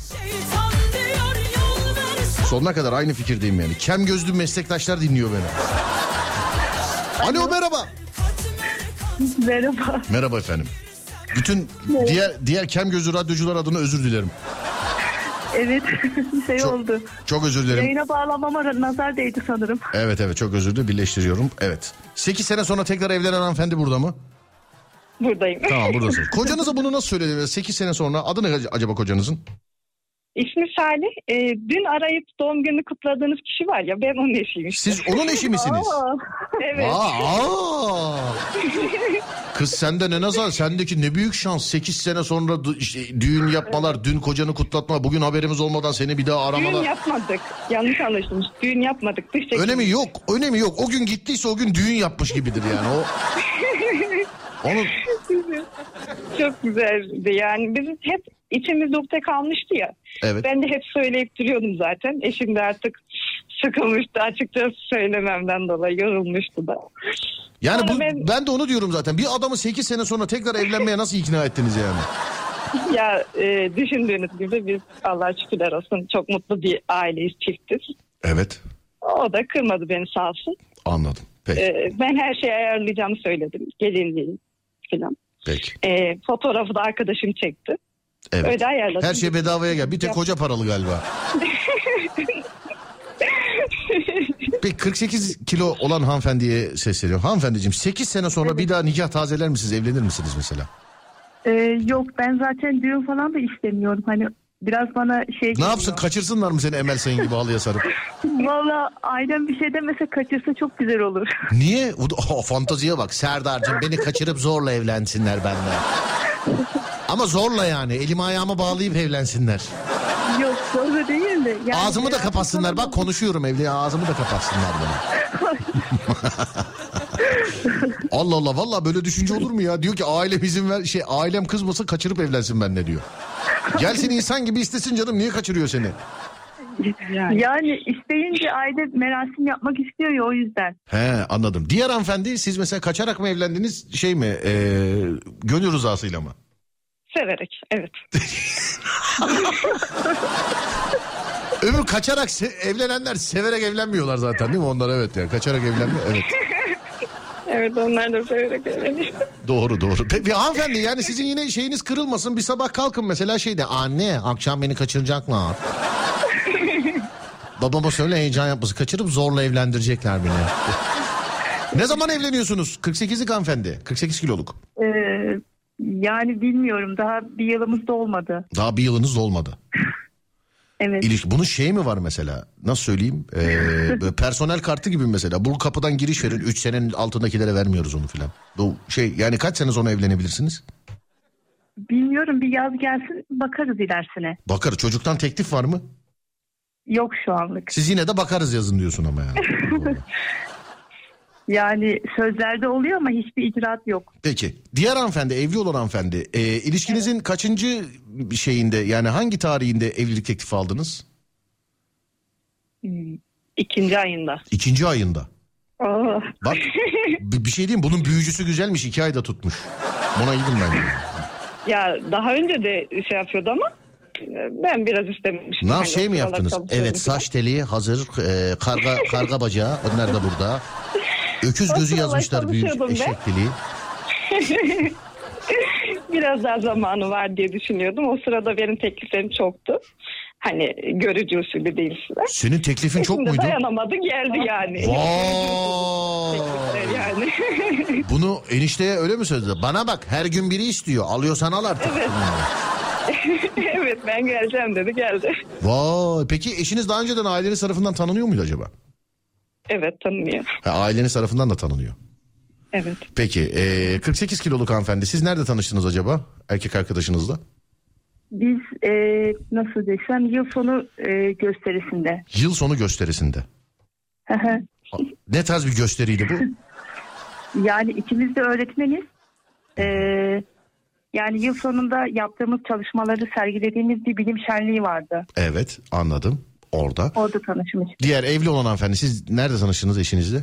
Sonuna kadar aynı fikirdeyim yani. Kem gözlü meslektaşlar dinliyor beni. Alo merhaba. Merhaba. Merhaba efendim. Bütün merhaba. diğer diğer kem gözlü radyocular adına özür dilerim. Evet şey çok, oldu. Çok özür dilerim. Yayına bağlamama nazar değdi sanırım. Evet evet çok özür dilerim, birleştiriyorum. Evet. sekiz sene sonra tekrar evlenen hanımefendi burada mı? Buradayım. Tamam buradasın. Kocanıza bunu nasıl söylediniz? sekiz sene sonra adı ne acaba kocanızın? İsmi Salih. Ee, dün arayıp doğum gününü kutladığınız kişi var ya, ben onun eşiyim. Siz onun eşi misiniz? Aa, evet. Aa, aa. Kız sende ne nazar, sendeki ne büyük şans. sekiz sene sonra du- işte, düğün yapmalar, dün kocanı kutlatma, bugün haberimiz olmadan seni bir daha aramalar. Düğün yapmadık. Yanlış anlaşılmış. Düğün yapmadık. Dış önemi yok, önemi yok. O gün gittiyse o gün düğün yapmış gibidir yani. O onun... Çok güzeldi yani. Biz hep içimizde ukde kalmıştı ya. Evet. Ben de hep söyleyip duruyordum zaten. Eşim de artık sıkılmıştı açıkçası söylememden dolayı, yorulmuştu da. Yani bu, ben... ben de onu diyorum zaten. Bir adamı sekiz sene sonra tekrar evlenmeye nasıl ikna ettiniz yani? Ya e, düşündüğünüz gibi biz Allah'a şükürler olsun çok mutlu bir aileyiz, çiftiz. Evet. O da kırmadı beni sağ olsun. Anladım. Peki. E, ben her şeyi ayarlayacağımı söyledim. Gelinliği falan. Peki. E, fotoğrafı da arkadaşım çekti. Evet. Öyle ayarladım. Her şey bedavaya gel. Bir tek koca paralı galiba. Peki kırk sekiz kilo olan hanımefendiye sesleniyorum. Hanımefendiciğim sekiz sene sonra evet. Bir daha nikah tazeler misiniz? Evlenir misiniz mesela? Ee, yok ben zaten düğün falan da istemiyorum. Hani biraz bana şey Ne geliyor. yapsın, kaçırsınlar mı seni Emel Sayın gibi halıya sarıp? Valla ailem bir şey demese kaçırsa çok güzel olur. Niye? O, fantaziye bak. Serdar'cığım beni kaçırıp zorla evlensinler benden. Ama zorla yani. Elimi ayağımı bağlayıp evlensinler. Yok zorla değil de. Yani ağzımı da kapatsınlar. Bak konuşuyorum evli. Ağzımı da kapatsınlar bana. Allah Allah, vallahi böyle düşünce olur mu ya? Diyor ki ailem izin ver, şey ailem kızmasın, kaçırıp evlensin benimle diyor. Gelsin insan gibi istesin canım, niye kaçırıyor seni? Yani. yani isteyince aile merasim yapmak istiyor ya, o yüzden. He, anladım. Diğer hanımefendi, siz mesela kaçarak mı evlendiniz, şey mi, e, gönül rızasıyla mı? Severek, evet. Öbür kaçarak se- evlenenler severek evlenmiyorlar zaten değil mi onlar? Evet yani kaçarak evlenmiyor, evet. Evet, onlar da severek evleniyor. Doğru doğru. Peki hanımefendi, yani sizin yine şeyiniz kırılmasın, bir sabah kalkın mesela şeyde, anne akşam beni kaçıracaklar. Babama söyle heyecan yapmasın, kaçırıp zorla evlendirecekler beni. Ne zaman evleniyorsunuz? kırk sekizlik hanımefendi, kırk sekiz kiloluk. Ee, yani bilmiyorum, daha bir yılımız da olmadı. Daha bir yılınız da olmadı. Evet. İlişki. Bunun şey mi var mesela? Nasıl söyleyeyim? Ee, personel kartı gibi mesela. Bu kapıdan giriş verin. Üç senenin altındakilere vermiyoruz onu filan. Bu şey, yani kaç sene sonra evlenebilirsiniz? Bilmiyorum, bir yaz gelsin bakarız ilerisine. Bakarız. Çocuktan teklif var mı? Yok şu anlık. Siz yine de bakarız yazın diyorsun ama yani. Yani sözlerde oluyor ama hiçbir icraat yok. Peki. Diğer hanımefendi, evli olan hanımefendi. E, ilişkinizin evet. kaçıncı şeyinde, yani hangi tarihinde evlilik teklifi aldınız? Hmm, ikinci ayında. İkinci ayında. Oh. Bak bir şey diyeyim, bunun büyücüsü güzelmiş, iki ayda tutmuş. Buna gidin ben. Ya daha önce de şey yapıyordu ama ben biraz istememiştim. Ne hani şey mi yaptınız? Evet, saç teli hazır, e, karga karga bacağı, onlar da burada. Öküz gözü yazmışlar, büyük eşek deliği. Biraz daha zamanı var diye düşünüyordum. O sırada benim tekliflerim çoktu. Hani görücü usulü değil size. Senin teklifin çok Şimdi muydu? Dayanamadı geldi yani. Vay. yani. Bunu enişteye öyle mi söyledi? Bana bak, her gün biri istiyor. Alıyorsan al artık. Evet. Evet, ben geleceğim dedi, geldi. Vay. Peki eşiniz daha önceden aileniz tarafından tanınıyor muydu acaba? Evet, tanınıyor. Ha, aileniz tarafından da tanınıyor. Evet. Peki e, kırk sekiz kiloluk hanımefendi, siz nerede tanıştınız acaba erkek arkadaşınızla? Biz e, nasıl desem yıl sonu e, gösterisinde. Yıl sonu gösterisinde. Ne tarz bir gösteriydi bu? Yani ikimiz de öğretmeniz. E, yani yıl sonunda yaptığımız çalışmaları sergilediğimiz bir bilim şenliği vardı. Evet, anladım. Orada. Orada tanışmış. Diğer evli olan hanımefendi, siz nerede tanıştınız eşinizle?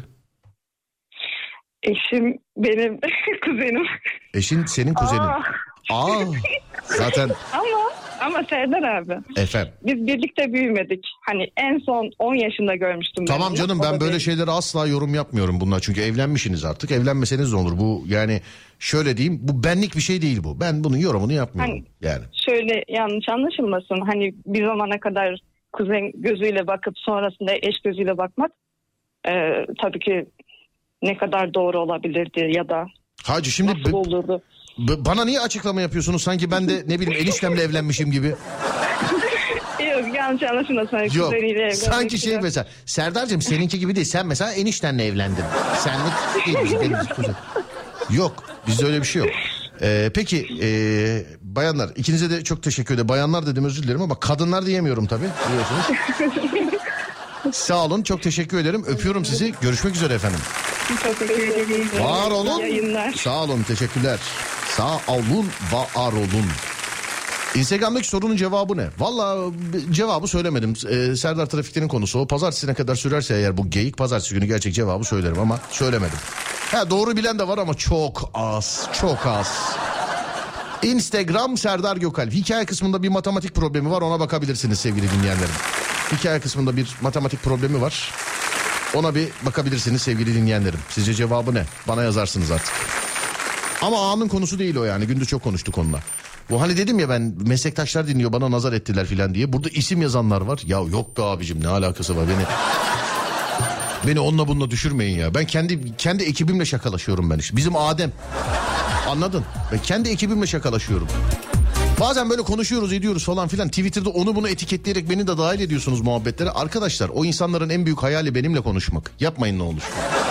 Eşim benim kuzenim. Eşin senin kuzenin. Aa. Aa, zaten. Ama ama Serdar abi. Efendim. Biz birlikte büyümedik. Hani en son on yaşında görmüştüm. Tamam ben canım, ben böyle değil. Şeylere asla yorum yapmıyorum bunlar. Çünkü evlenmişsiniz artık. Evlenmeseniz de olur. Bu yani şöyle diyeyim, bu benlik bir şey değil bu. Ben bunun yorumunu yapmıyorum. Hani, yani. Şöyle yanlış anlaşılmasın. Hani bir zamana kadar kuzen gözüyle bakıp sonrasında eş gözüyle bakmak e, tabii ki ne kadar doğru olabilirdi ya da Hacı şimdi nasıl olurdu? B- bana niye açıklama yapıyorsunuz? Sanki ben de ne bileyim eniştemle evlenmişim gibi. Yok, yanlış anlaşılmasın. Yok, sanki şey ya. Mesela Serdar'cığım seninki gibi değil. Sen mesela eniştenle evlendin. Senlik değil. Yok, bizde öyle bir şey yok. Ee, peki ee, bayanlar, ikinize de çok teşekkür ederim. Bayanlar dedim, özür dilerim ama kadınlar diyemiyorum tabii, biliyorsunuz. Sağ olun, çok teşekkür ederim. Öpüyorum sizi. Görüşmek üzere efendim. Çok teşekkür ederim. Var olun. Yayınlar. Sağ olun, teşekkürler. Sağ olun, var olun. Instagram'daki sorunun cevabı ne? Valla cevabı söylemedim. Ee, Serdar Trafik'tenin konusu o. Pazartesine kadar sürerse eğer bu geyik, pazartesi günü gerçek cevabı söylerim ama söylemedim. Ha, doğru bilen de var ama çok az, çok az. Instagram Serdar Gökalp. Hikaye kısmında bir matematik problemi var, ona bakabilirsiniz sevgili dinleyenlerim. Hikaye kısmında bir matematik problemi var. Ona bir bakabilirsiniz sevgili dinleyenlerim. Sizce cevabı ne? Bana yazarsınız artık. Ama anın konusu değil o yani. Gündüz çok konuştuk onunla. Bu hani dedim ya, ben meslektaşlar dinliyor bana nazar ettiler filan diye. Burada isim yazanlar var. Ya yok be abicim, ne alakası var beni. Beni onunla bununla düşürmeyin ya. Ben kendi kendi ekibimle şakalaşıyorum ben işte. Bizim Adem. Anladın? Ben kendi ekibimle şakalaşıyorum. Bazen böyle konuşuyoruz ediyoruz falan filan. Twitter'da onu bunu etiketleyerek beni de dahil ediyorsunuz muhabbetlere. Arkadaşlar, o insanların en büyük hayali benimle konuşmak. Yapmayın ne olur.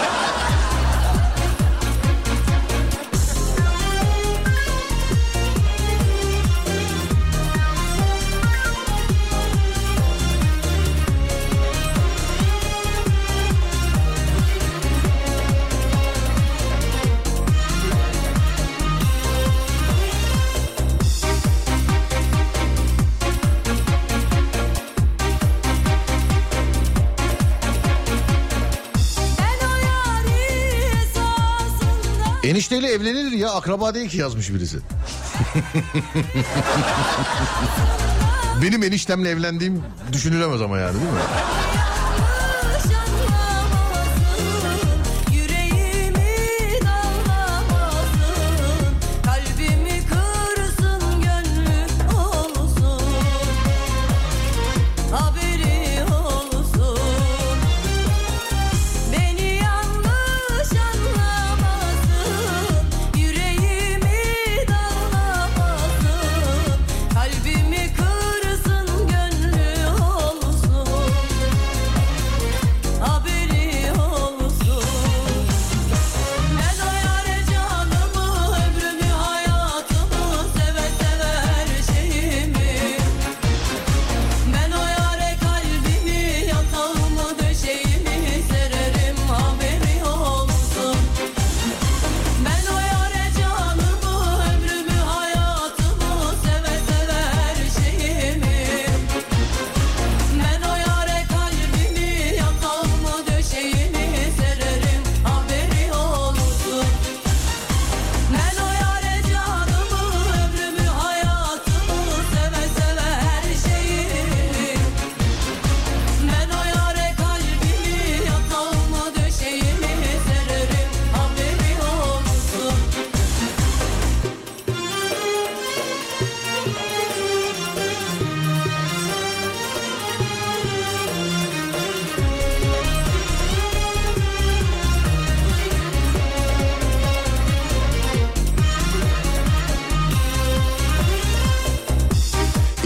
Enişteyle evlenilir ya, akraba değil ki yazmış birisi. Benim eniştemle evlendiğim düşünülemez ama yani, değil mi?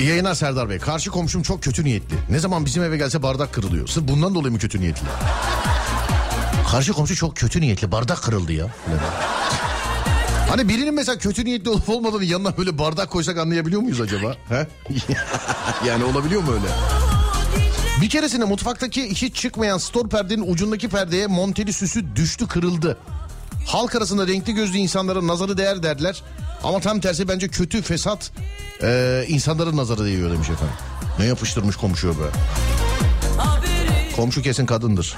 İyi yayınlar Serdar Bey. Karşı komşum çok kötü niyetli. Ne zaman bizim eve gelse bardak kırılıyor. Sırf bundan dolayı mı kötü niyetli? Karşı komşu çok kötü niyetli. Bardak kırıldı ya. Hani birinin mesela kötü niyetli olup olmadığını yanına böyle bardak koysak anlayabiliyor muyuz acaba? He? Yani olabiliyor mu öyle? Bir keresinde mutfaktaki hiç çıkmayan stor perdenin ucundaki perdeye monteli süsü düştü, kırıldı. Halk arasında renkli gözlü insanların nazarı değer derler. Ama tam tersi bence kötü, fesat e, insanların nazarı değiyor demiş efendim. Ne yapıştırmış komşuya be. Komşu kesin kadındır.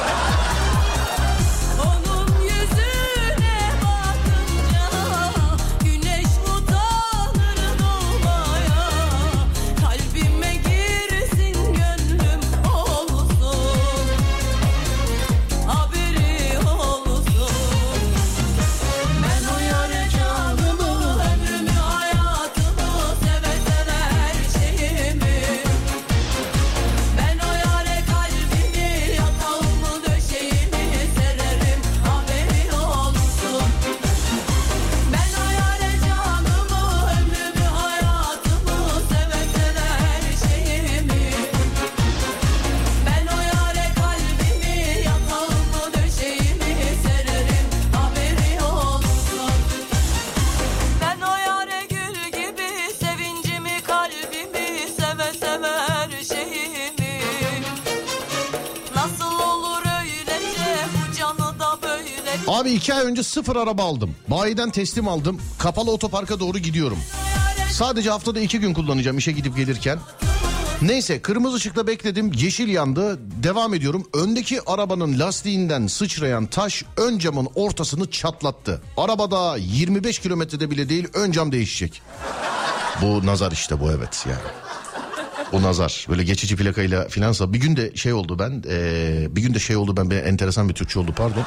Abi iki ay önce sıfır araba aldım. Bayiden teslim aldım. Kapalı otoparka doğru gidiyorum. Sadece haftada iki gün kullanacağım işe gidip gelirken. Neyse kırmızı ışıkta bekledim. Yeşil yandı. Devam ediyorum. Öndeki arabanın lastiğinden sıçrayan taş ön camın ortasını çatlattı. Arabada yirmi beş kilometrede bile değil, ön cam değişecek. Bu nazar işte, bu evet yani. O nazar böyle geçici plakayla filansa. Bir gün de şey oldu ben. Ee, bir gün de şey oldu ben. Bir enteresan bir Türkçe oldu pardon.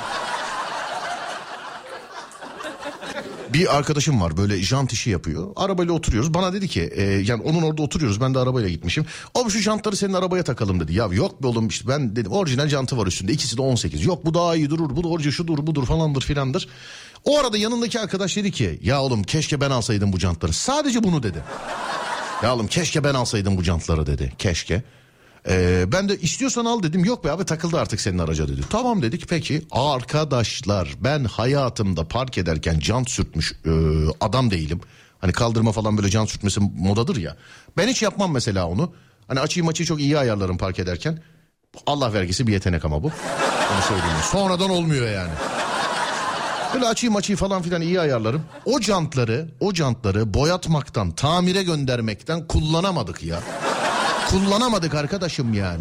Bir arkadaşım var böyle jant işi yapıyor. Arabayla oturuyoruz. Bana dedi ki e, yani onun orada oturuyoruz. Ben de arabayla gitmişim. Abi şu jantları senin arabaya takalım dedi. Ya yok be oğlum işte ben dedim orijinal jantı var üstünde. İkisi de on sekiz. Yok bu daha iyi durur. Bu da orijinal şudur budur falandır filandır. O arada yanındaki arkadaş dedi ki ya oğlum keşke ben alsaydım bu jantları. Sadece bunu dedi. Ya oğlum keşke ben alsaydım bu jantları dedi. Keşke. Ee, ben de istiyorsan al dedim. Yok be abi takıldı artık senin araca dedi. Tamam dedik peki. Arkadaşlar ben hayatımda park ederken jant sürtmüş e, adam değilim. Hani kaldırma falan böyle jant sürtmesi modadır ya. Ben hiç yapmam mesela onu. Hani açıyı maçıyı çok iyi ayarlarım park ederken. Allah vergisi bir yetenek ama bu. Onu söyleyeyim. Sonradan olmuyor yani. Böyle açıyı maçıyı falan filan iyi ayarlarım. O jantları, o jantları boyatmaktan, tamire göndermekten kullanamadık ya. Kullanamadık arkadaşım yani.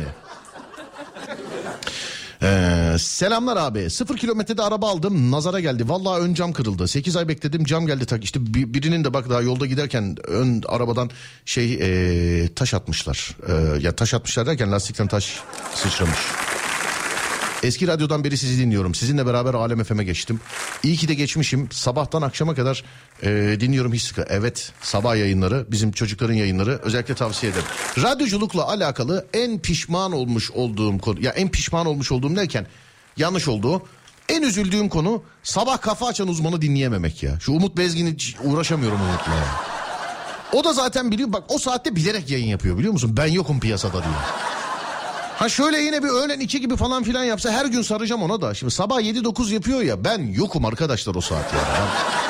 Ee, selamlar abi. Sıfır kilometrede araba aldım. Nazara geldi. Vallahi ön cam kırıldı. sekiz ay bekledim. Cam geldi. Tak. İşte birinin de bak daha yolda giderken ön arabadan şey ee, taş atmışlar. Ee, ya taş atmışlar derken lastikten taş sıçramış. Eski radyodan beri sizi dinliyorum. Sizinle beraber Alem F M'e geçtim. İyi ki de geçmişim. Sabahtan akşama kadar e, dinliyorum hiç sıkı. Evet, sabah yayınları, bizim çocukların yayınları özellikle tavsiye ederim. Radyoculukla alakalı en pişman olmuş olduğum konu, ya en pişman olmuş olduğum derken yanlış oldu. En üzüldüğüm konu sabah kafa açan uzmanı dinleyememek ya. Şu Umut Bezgin'i uğraşamıyorum Umut'la ya. O da zaten biliyor, bak o saatte bilerek yayın yapıyor biliyor musun? Ben yokum piyasada diyor. Ha şöyle yine bir öğlen iki gibi falan filan yapsa her gün saracağım ona da. Şimdi sabah yedi dokuz yapıyor ya, ben yokum arkadaşlar o saat yani. Ben...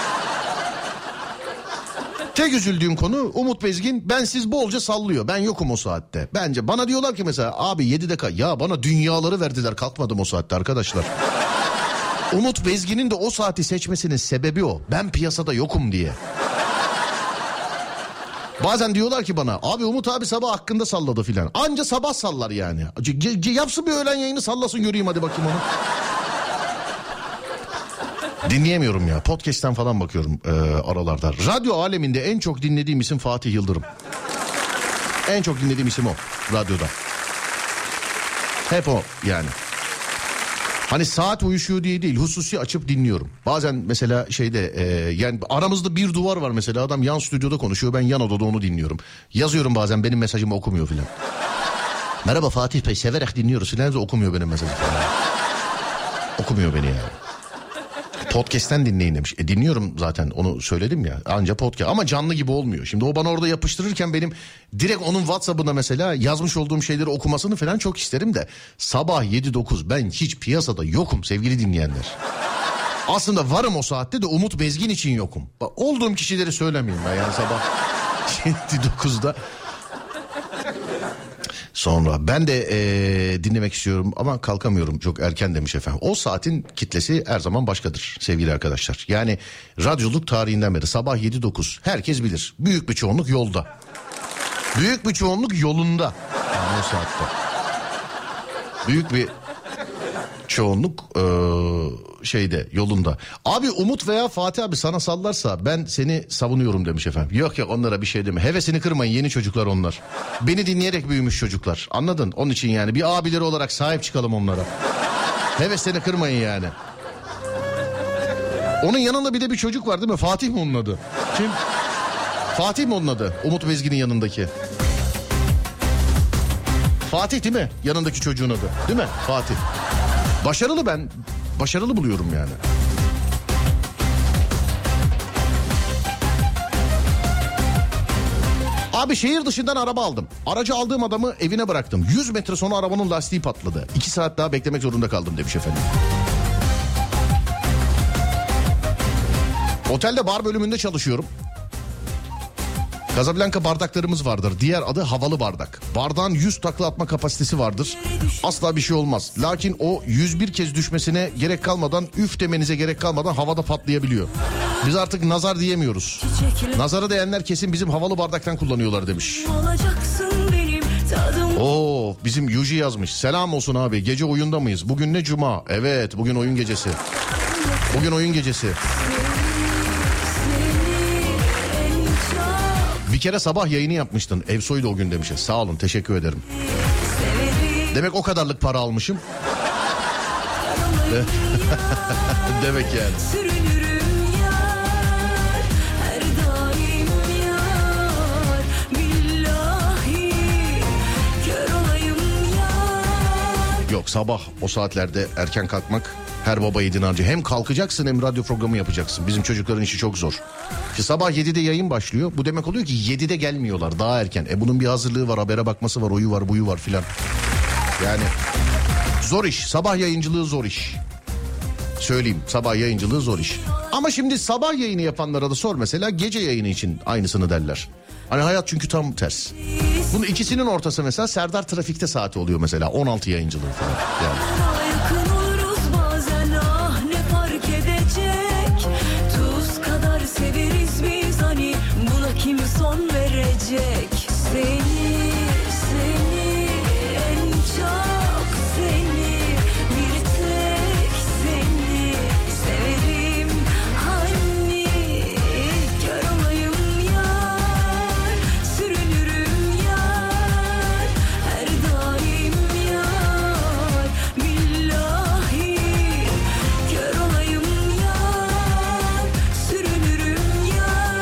Tek üzüldüğüm konu Umut Bezgin bensiz bolca sallıyor. Ben yokum o saatte. Bence bana diyorlar ki mesela abi yedide kal. Ya bana dünyaları verdiler, kalkmadım o saatte arkadaşlar. Umut Bezgin'in de o saati seçmesinin sebebi o. Ben piyasada yokum diye. Bazen diyorlar ki bana abi Umut abi sabah hakkında salladı filan. Anca sabah sallar yani. C- c- yapsın bir öğlen yayını, sallasın göreyim hadi bakayım onu. Dinleyemiyorum ya. Podcast'ten falan bakıyorum e, aralarda. Radyo aleminde en çok dinlediğim isim Fatih Yıldırım. En çok dinlediğim isim o radyoda. Hep o yani. Hani saat uyuşuyor diye değil, hususi açıp dinliyorum. Bazen mesela şeyde e, yani aramızda bir duvar var mesela, adam yan stüdyoda konuşuyor, ben yan odada onu dinliyorum. Yazıyorum bazen, benim mesajımı okumuyor filan. Merhaba Fatih Bey, severek dinliyoruz filan, okumuyor benim mesajımı. Okumuyor beni yani. Podcast'ten dinleyin demiş. E dinliyorum zaten, onu söyledim ya. Anca podcast ama canlı gibi olmuyor. Şimdi o bana orada yapıştırırken benim direkt onun WhatsApp'ına mesela yazmış olduğum şeyleri okumasını falan çok isterim de. Sabah yedi dokuz ben hiç piyasada yokum sevgili dinleyenler. Aslında varım o saatte de Umut Bezgin için yokum. Bak, olduğum kişileri söylemeyeyim ben yani sabah yedi dokuzda. Sonra ben de ee, dinlemek istiyorum ama kalkamıyorum çok erken demiş efendim. O saatin kitlesi her zaman başkadır sevgili arkadaşlar. Yani radyoculuk tarihinden beri sabah yedi dokuz herkes bilir. Büyük bir çoğunluk yolda. Büyük bir çoğunluk yolunda. Yani o saatte. Büyük bir çoğunluk ee, şeyde yolunda. Abi Umut veya Fatih abi sana sallarsa ben seni savunuyorum demiş efendim. Yok yok onlara bir şey deme. Hevesini kırmayın, yeni çocuklar onlar. Beni dinleyerek büyümüş çocuklar. Anladın? Onun için yani bir abileri olarak sahip çıkalım onlara. Hevesini kırmayın yani. Onun yanında bir de bir çocuk var değil mi? Fatih mi onun adı? Kim? Fatih mi onun adı? Umut Bezgin'in yanındaki. Fatih değil mi? Yanındaki çocuğun adı. Değil mi? Fatih. Başarılı ben. Başarılı buluyorum yani. Abi şehir dışından araba aldım. Aracı aldığım adamı evine bıraktım. yüz metre sonra arabanın lastiği patladı. iki saat daha beklemek zorunda kaldım demiş efendim. Otelde bar bölümünde çalışıyorum. Casablanca bardaklarımız vardır. Diğer adı havalı bardak. Bardağın yüz takla atma kapasitesi vardır. Asla bir şey olmaz. Lakin o yüz bir kez düşmesine gerek kalmadan, üf demenize gerek kalmadan havada patlayabiliyor. Biz artık nazar diyemiyoruz. Nazara değenler kesin bizim havalı bardaktan kullanıyorlar demiş. Oo, bizim Yuji yazmış. Selam olsun abi. Gece oyunda mıyız? Bugün ne cuma? Evet, bugün oyun gecesi. Bugün oyun gecesi. Bir kere sabah yayını yapmıştın. Evsoy'du o gün demiş. Sağ olun, teşekkür ederim. Demek o kadarlık para almışım. Demek yani. Yok, sabah o saatlerde erken kalkmak her baba yiğidin harcı. Hem kalkacaksın hem radyo programı yapacaksın. Bizim çocukların işi çok zor. Ki sabah yedide yayın başlıyor. Bu demek oluyor ki yedide gelmiyorlar, daha erken. E bunun bir hazırlığı var, habere bakması var, oyu var, buyu var filan. Yani zor iş. Sabah yayıncılığı zor iş. Söyleyeyim, sabah yayıncılığı zor iş. Ama şimdi sabah yayını yapanlara da sor mesela, gece yayını için aynısını derler. Hani hayat çünkü tam ters. Bunun ikisinin ortası mesela Serdar Trafik'te saati oluyor mesela. on altı yayıncılığı falan. Yani. Kim son verecek seni, seni, en çok seni, bir tek seni severim hani, kör olayım yar, sürünürüm yar, her daim yar, billahi, kör olayım yar, sürünürüm yar.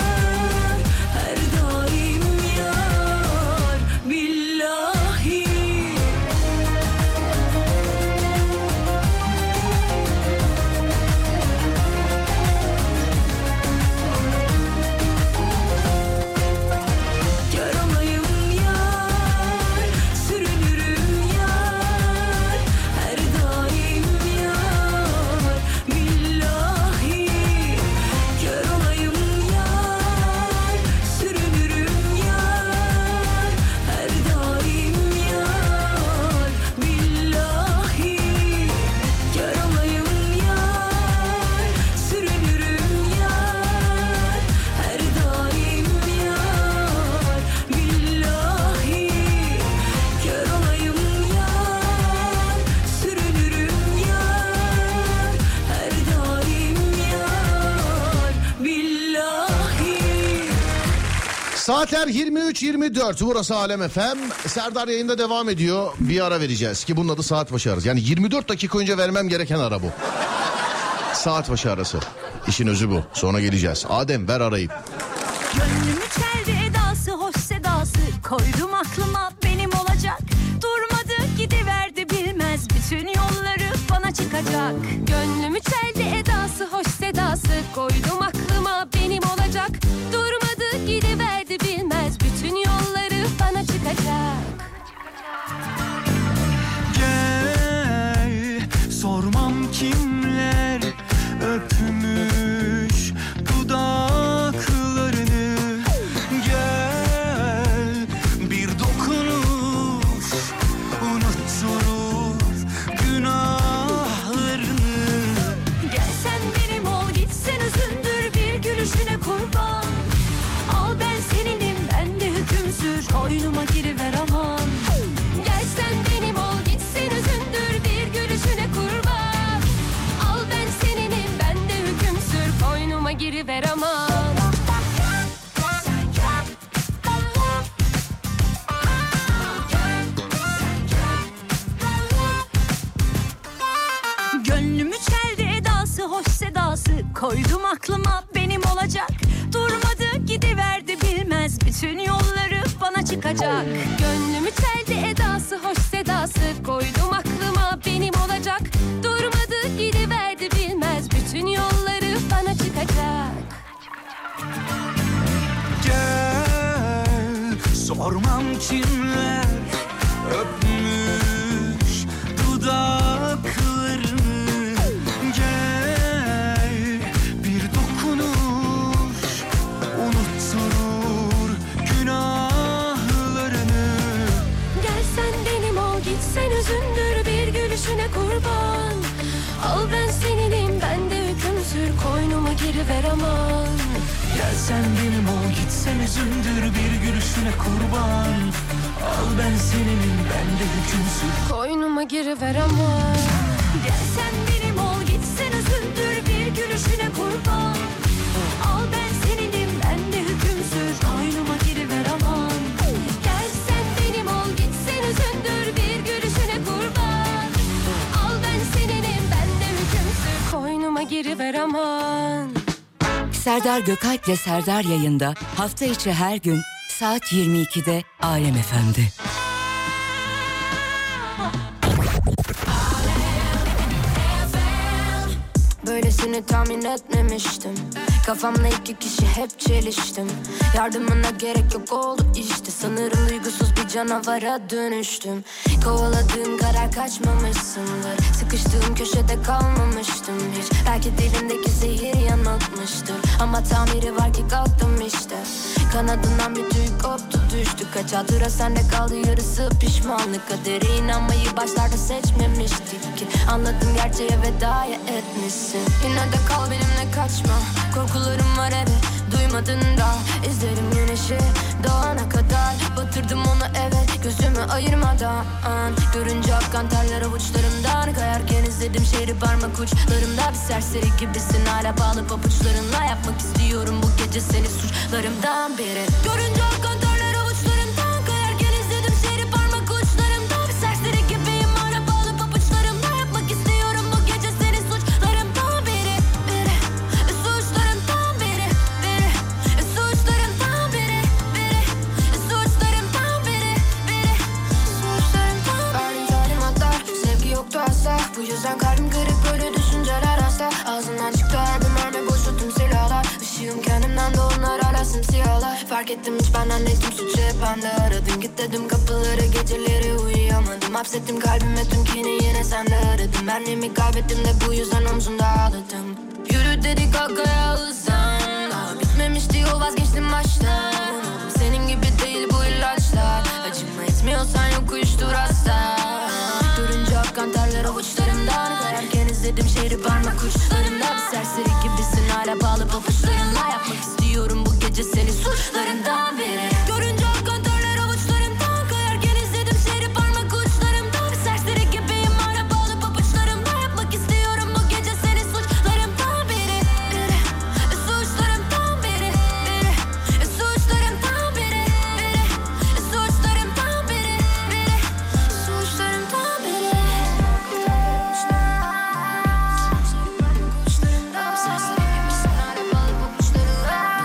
Saatler yirmi üç yirmi dört, burası Alem F M. Serdar yayında devam ediyor. Bir ara vereceğiz ki bunun adı saat başı arası. Yani yirmi dört dakika önce vermem gereken ara bu. Saat başı arası. İşin özü bu. Sonra geleceğiz. Adem ver arayı. Gönlümü çeldi edası, hoş sedası. Koydum aklıma benim olacak. Durmadı gidiverdi bilmez. Bütün yolları bana çıkacak. Gönlümü çeldi edası, hoş sedası. koynuma giriver aman. Gel sen benim ol gitsen üzündür bir gülüşüne kurban. Al ben seninim ben de hüküm sür koynuma giriver aman. Gönlümü çeldi edası hoş sedası, koydum aklıma benim olacak. Durmadı gidiverdi bilmez bütün yolları bana çıkacak. Gönlümü çeldi edası hoş sedası, koydum aklıma benim olacak. Durmadı gidiverdi bilmez bütün yolları bana çıkacak. Gel sormam kimler öpmüş dudaklarını. Gel bir dokunuş unutturur günahlarını. Gel sen benim ol gitsen üzündür bir gülüşüne kurban. Al ben seninim ben de hüküm sür koynuma giriver aman. Gel sen benim ol gitsen üzündür bir gülüşüne kurban. Al ben seninim ben de hüküm sür Koynuma giriver aman. Gel sen benim ol gitsen üzüldür bir gülüşüne kurban. Al ben seninim ben de hüküm sür koynuma giriver aman. Gel sen benim ol gitsen üzüldür bir gülüşüne kurban. Al ben seninim ben de hüküm sür koynuma giriver aman. Serdar Gökalp'le Serdar yayında hafta içi her gün saat yirmi ikide Alem F M'de. Böylesini tahmin etmemiştim. Kafamla iki kişi hep çeliştim. Yardımına gerek yok oldu işte. Sanırım duygusuz bir canavara dönüştüm. Kovaladığım karar kaçmamışsındır. Sıkıştığım köşede kalmamıştım hiç. Belki dilimdeki zehir yanıltmıştır. Ama tamiri var ki kalktım işte. Kanadından bir tüy koptu düştü. Kaç hatıra sende kaldı yarısı pişmanlık. Kadere inanmayı başlarda seçmemiştik ki. Anladım gerçeğe vedaya etmişsin. Yine de kal benimle kaçma. Korkularım var evet duymadın da. İzlerim güneşi doğana kadar. Batırdım onu evet gözümü ayırmadan. Görünce akkan terler avuçlarımdan. Kayarken izledim şehri parmak uçlarımda. Bir serseri gibisin hala bağlı pabuçlarınla. Yapmak istiyorum bu gece seni suçlarımdan biri. Görünce akkan terler avuçlarımdan. Kayarken izledim şehri parmak uçlarımda. Bir serseri gibiyim hala bağlı pabuçlarımla. Yapmak istiyorum bu gece seni suçlarımdan biri. Biri suçlarımdan biri. Biri suçlarımdan biri. Biri suçlarımdan biri. Biri suçlarımdan biri. Verdiğin talimatlar sevgi yoktu asla. Bu yüzden kalbim kırık böyle düşünceler hasta. Ağzından çıktı her bir mermi boşu tüm silahlar. Işığım kendimden de onlar hala simsiyahlar. Fark ettim hiç benden değildim suçu hep bende. Aradım git dedim kapıları geceleri uyuyamadım. Hapsettim kalbime tüm kini yine sende aradım. Benliğimi kaybettim de bu yüzden omzumda ağladım. Yürü dedik kalkaya hızlan. Daha bitmemişti yol vazgeçtim baştan. Senin gibi değil bu ilaçlar. Acıma etmiyorsan yok uyuştur hasta. Görünce akkan terler avuçlarımdan. Kayarken izledim şehri parmak uçlarımda. Bir serseri gibisin hala bağlı pabuçlarınla. Yapmak istiyorum bu gece seni suçlarından biri. Görünce akkan terler avuçlarımdan. Kayarken izledim şehri parmak uçlarımda. Bir serseri gibiyim hala bağlı pabuçlarımla. Yapmak istiyorum bu gece seni suçlarımdan biri. Biri suçlarımdan biri. Biri suçlarımdan biri. Biri suçlarımdan biri. Biri suçlarımdan biri. Bir serseri gibisin hala bağlı pabuçlarınla.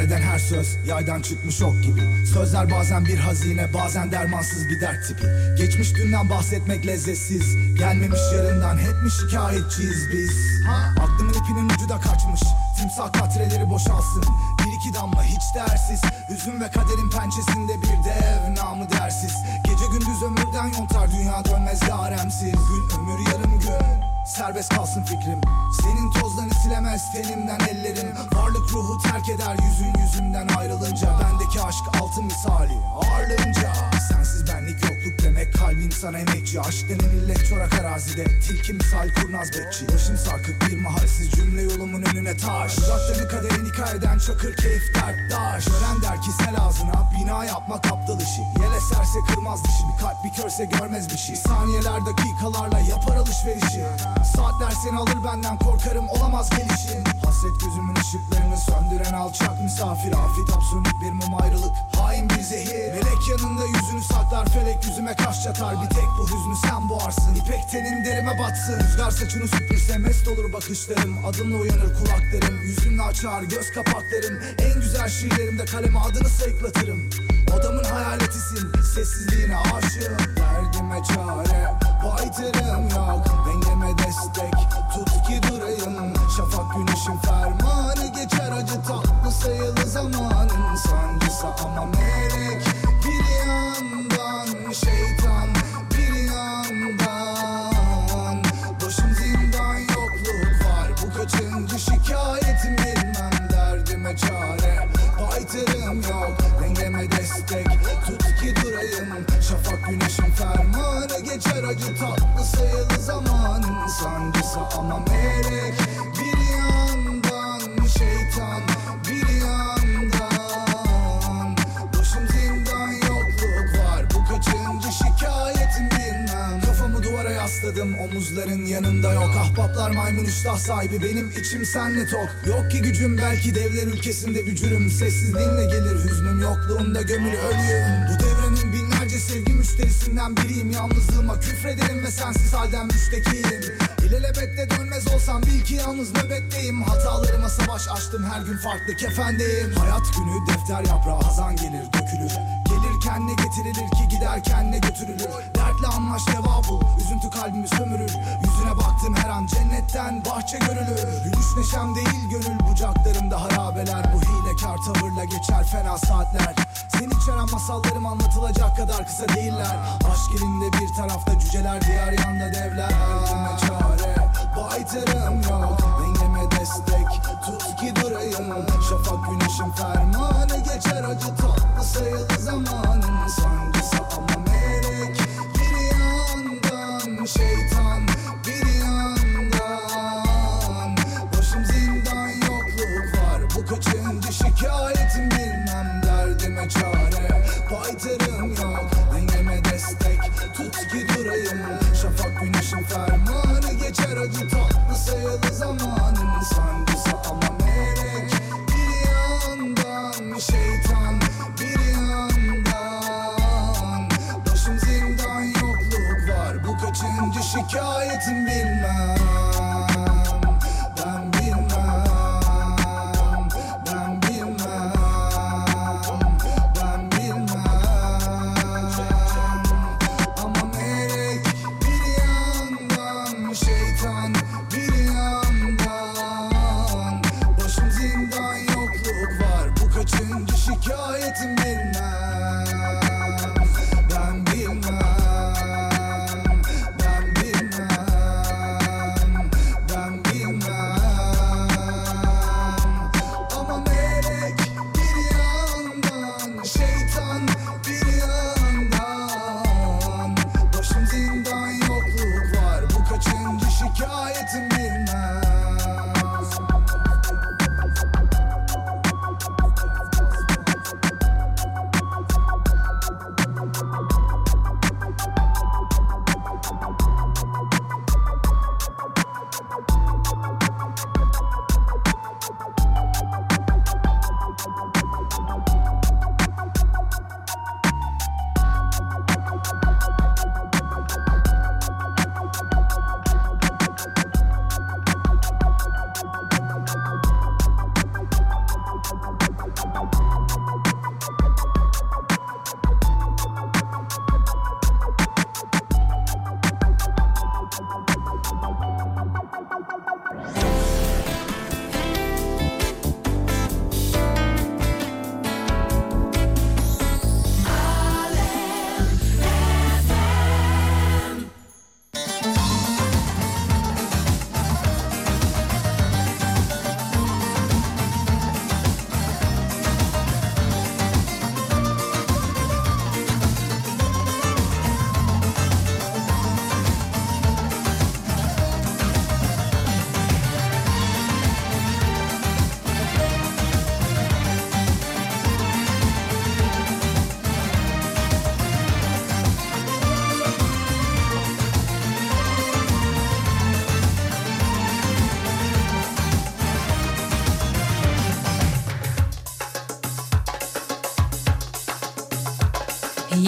eden her söz yaydan çıkmış ok gibi. Sözler bazen bir hazine, bazen dermansız bir dert tipi. Geçmiş dünden bahsetmek lezzetsiz, gelmemiş yarından hep mi şikayetçiyiz biz? Ha? Aklımın ipinin ucu da kaçmış, timsah katreleri boşalsın. Bir iki damla hiç değersiz, hüzün ve kaderin pençesinde bir dev namı dersiz. Gece gündüz ömürden yontar, dünya dönmez yaremsiz. Gün ömür yarım gün, serbest kalsın fikrim. Senin tozlarını silemez tenimden ellerim. Varlık ruhu terk eder yüzün yüzümden ayrılınca. Bendeki aşk altın misali ağırlığınca. Sensiz benlik yokluk demek, kalbin sana emekçi. Aşk denen illet çorak arazide, tilki misal kurnaz bekçi. Başım sarkık bir mahalsiz cümle yolumun önüne taş. Uzaklarını kaderin hikayeden çakır keyif dert daş. Gören der ki sel ağzına bina yapmak aptal işi. Yel eserse kırmaz dişi, bir kalp bir körse görmez bir şey. Saniyeler dakikalarla yapar alışverişi. Saatler seni alır benden, korkarım olamaz gelişin. Hasret gözümün ışıklarını söndüren alçak misafir. Afit absürlük bir mum ayrılık, hain bir zehir. Melek yanında yüzünü saklar, felek yüzüme kaş çatar. Bir tek bu hüznü sen boğarsın, ipek tenin derime batsın. Rüzgar saçını süpürse mest olur bakışlarım. Adımla uyanır kulaklarım, yüzümle açar göz kapaklarım. En güzel şiirlerimde kaleme adını sayıklatırım. Odamın hayaletisin, sessizliğine aşığım. Derdime çare, paytırım yok. Dengeme destek, tut ki durayım. Şafak güneşin fermanı geçer, acı tatlı sayılı zamanın sancısı ama melek. Bir yandan şeytan, bir yandan başım zindan, yokluk var. Bu kaçıncı şikayetim bilmem, derdime çare. Paytırım yok, dengeme destek, tut ki durayım. Şafak güneşin fermanı geçer, acı tatlı sayılı zamanın sancısı ama melek. Bir yandan şeytan, bir yandan başım zindan, yokluk var. Bu kaçıncı şikayetim bilmem. Kafamı duvara yasladım, omuzların yanında yok. Ahbaplar maymun iştah sahibi, benim içim senle tok. Yok ki gücüm, belki devler ülkesinde bücürüm. Sessizliğinle gelir hüznüm, yokluğumda gömülü ölüyüm. Bu devrenin binlerce sevgi müşterisinden biriyim. Yalnızlığıma küfrederim ve sensiz halden müştekiyim. İlelebette dönmez olsam bil ki yalnız nöbetteyim. Hatalarıma savaş açtım, her gün farklı kefendeyim. Hayat günü defter yaprağı hazan gelir dökülür. Gelirken ne getirilir ki giderken ne götürülür. Dertle anlaş deva bul, üzüntü kalbimi sömürür. Yüzüne baktım her an cennetten bahçe görülür. Gülüş neşem değil gönül bucaklarımda harabeler. Bu hilekar tavırla geçer fena saatler. Seni içeren masallarım anlatılacak kadar kısa değiller. Aşk elinde bir tarafta cüceler, diğer yanda devler. Derdime çare, baytırım yok. Dengeme destek, tut ki durayım. Şafak güneşin fermanı geçer, acı tatlı sayılı zamanın sancısı ama melek. Bir yandan şeytan, bir yandan başım zindan, yokluk var. Bu kaçıncı şikayetim bilmem, derdime çare. Paytırım yok, dengeme destek, tut ki durayım. Şafak güneşin fermanı geçer, acı tatlı sayılı zamanın sancısı ama melek. Bir yandan şeytan, bir yandan başım zindan, yokluk var. Bu kaçıncı şikayetim bilmem. Ben bilmem, ben bilmem, ben bilmem. Ama melek bir yandan, şeytan bir yandan başım zindan, yokluk var. Bu kaçıncı şikayetim bilmem. Ben bilmem, ben bilmem,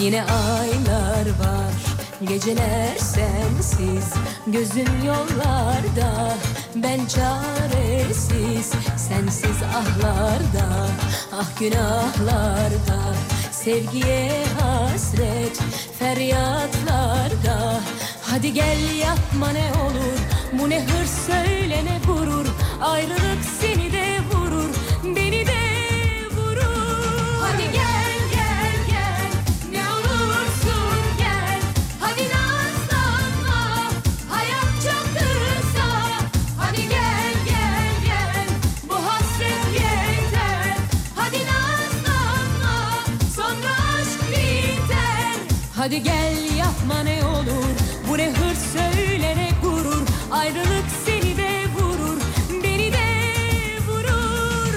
Yine aylar var, geceler sensiz, gözüm yollarda, ben çaresiz, sensiz ahlarda, ah günahlarda, sevgiye hasret, feryatlarda. Hadi gel yapma ne olur, bu ne hırs söyle ne gurur, ayrılık seni de vurur, beni de vurur. Hadi gel gel gel, ne olursun gel, hadi nazlanma, hayat çok kısa. Hadi gel gel gel, bu hasret yeter, hadi nazlanma, sonra aşk biter. Hadi gel yapma ne olur, bu ne hırs söyle ne gurur, ayrılık seni de vurur, beni de vurur.